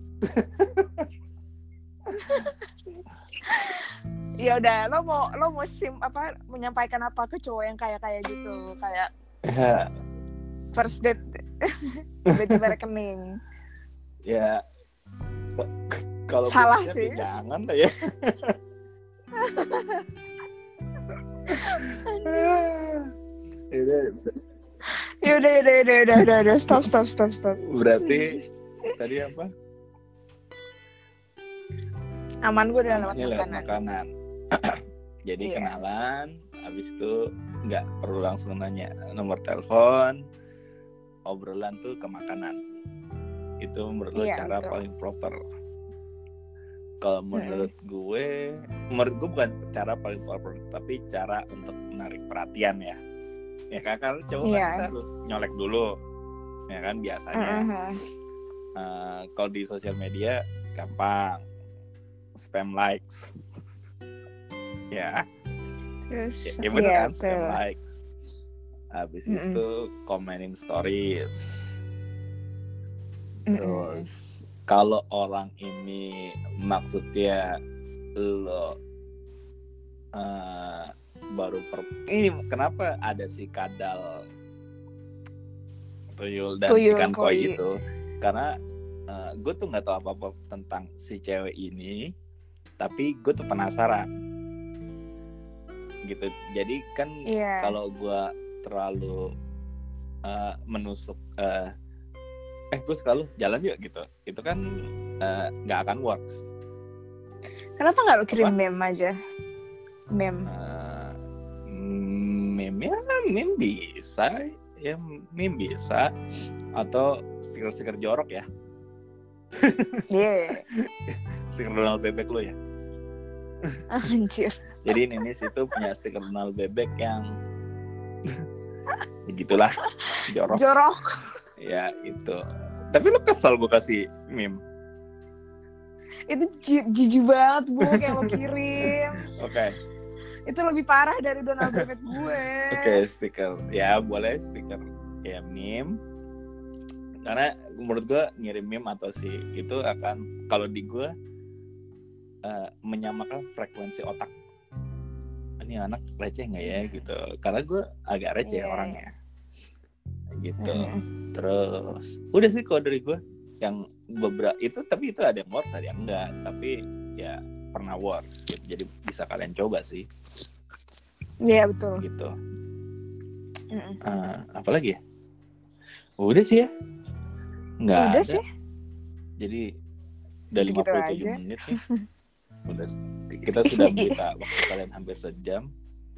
ya udah lo mau lo mau sim apa menyampaikan apa ke cowok yang kayak kayak gitu kayak ya. First date tiba-tiba rekening ya kalau salah sih ya jangan lah ya. ya udah ya udah ya udah udah udah udah stop stop stop stop berarti tadi apa? Aman gue udah lewat makanan. makanan. makanan. Jadi yeah. kenalan, Habis itu nggak perlu langsung nanya nomor telepon, obrolan tuh ke makanan. Itu menurut lo Iya, cara betul. paling proper. Kalau menurut hmm. gue, menurut gue bukan cara paling proper, tapi cara untuk menarik perhatian ya. Ya kan, karena cowok Iya. kan kita harus nyolek dulu, ya kan biasanya. Uh-huh. Uh, kalau di sosial media gampang, spam likes, ya. Terus, ya, ya bener iya, kan, spam betul. likes. Habis Mm-mm. itu komenin stories. Terus Mm-mm. kalau orang ini maksudnya lo uh, baru per ini kenapa ada si kadal tuyul dan tuyul ikan koi. koi itu karena uh, gue tuh nggak tahu apa-apa tentang si cewek ini, tapi gue tuh penasaran gitu. Jadi kan yeah. kalau gue terlalu uh, menusuk uh, eh gue suka lu jalan yuk gitu, itu kan nggak uh, akan works. Kenapa nggak lu kirim meme aja? Meme uh, meme ya meme bisa ya meme bisa atau stiker-stiker jorok ya. Iya. Yeah. Stiker Donald Bebek lu ya. Anjir. Jadi Ninis itu punya stiker Donald Bebek yang begitulah jorok. Jorok. Ya itu. Tapi lu kesel gue kasih meme. Itu jijik banget gue kayak lo kirim. Oke. Okay. Itu lebih parah dari Donald Bebek gue. Oke, okay, stiker. Ya boleh stiker ya meme. Karena menurut gue ngirim meme atau si itu akan kalau di gue uh, menyamakan frekuensi otak. Ini anak receh nggak ya gitu. Karena gue agak receh yeah. orangnya. Gitu. Mm. Terus udah sih kalau dari gue yang beberapa itu, tapi itu ada yang works ada yang enggak, tapi ya pernah works gitu. Jadi bisa kalian coba sih. Iya yeah, betul. Gitu. Uh, apalagi ya? Udah sih ya. Nggak udah ada. Sih. Jadi udah lima puluh tujuh menit nih. Udah kita sudah berita waktu kalian hampir sejam.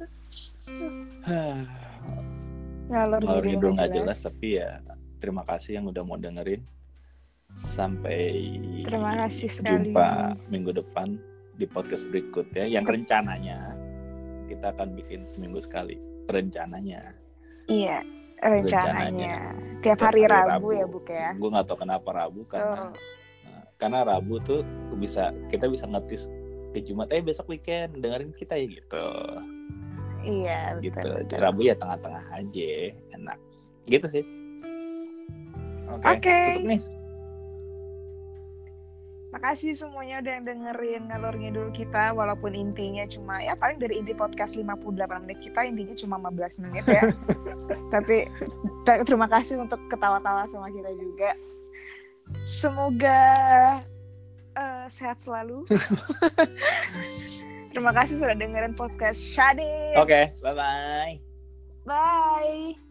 Ngalor ngidul nggak jelas, tapi ya terima kasih yang udah mau dengerin. Sampai terima kasih sekali. Jumpa minggu depan di podcast berikutnya yang rencananya kita akan bikin seminggu sekali. Rencananya. Iya, rencananya. rencananya. Tiap hari, hari Rabu, Rabu ya, Bu ya. Gue nggak tahu kenapa Rabu karena oh. uh, karena Rabu tuh bisa kita bisa ngetis ke Jumat, eh besok weekend dengerin kita ya gitu. Iya, gitu. betul. Rabu ya tengah-tengah aja, enak. Gitu sih. Oke. Okay. Okay. Tutup nih. Makasih semuanya udah yang dengerin ngalor ngidul kita, walaupun intinya cuma ya paling dari inti podcast lima puluh delapan menit kita intinya cuma lima belas menit ya. Tapi t- terima kasih untuk ketawa-tawa sama kita juga. Semoga uh, sehat selalu. Terima kasih sudah dengerin podcast Shadis. Oke, okay, bye-bye. Bye.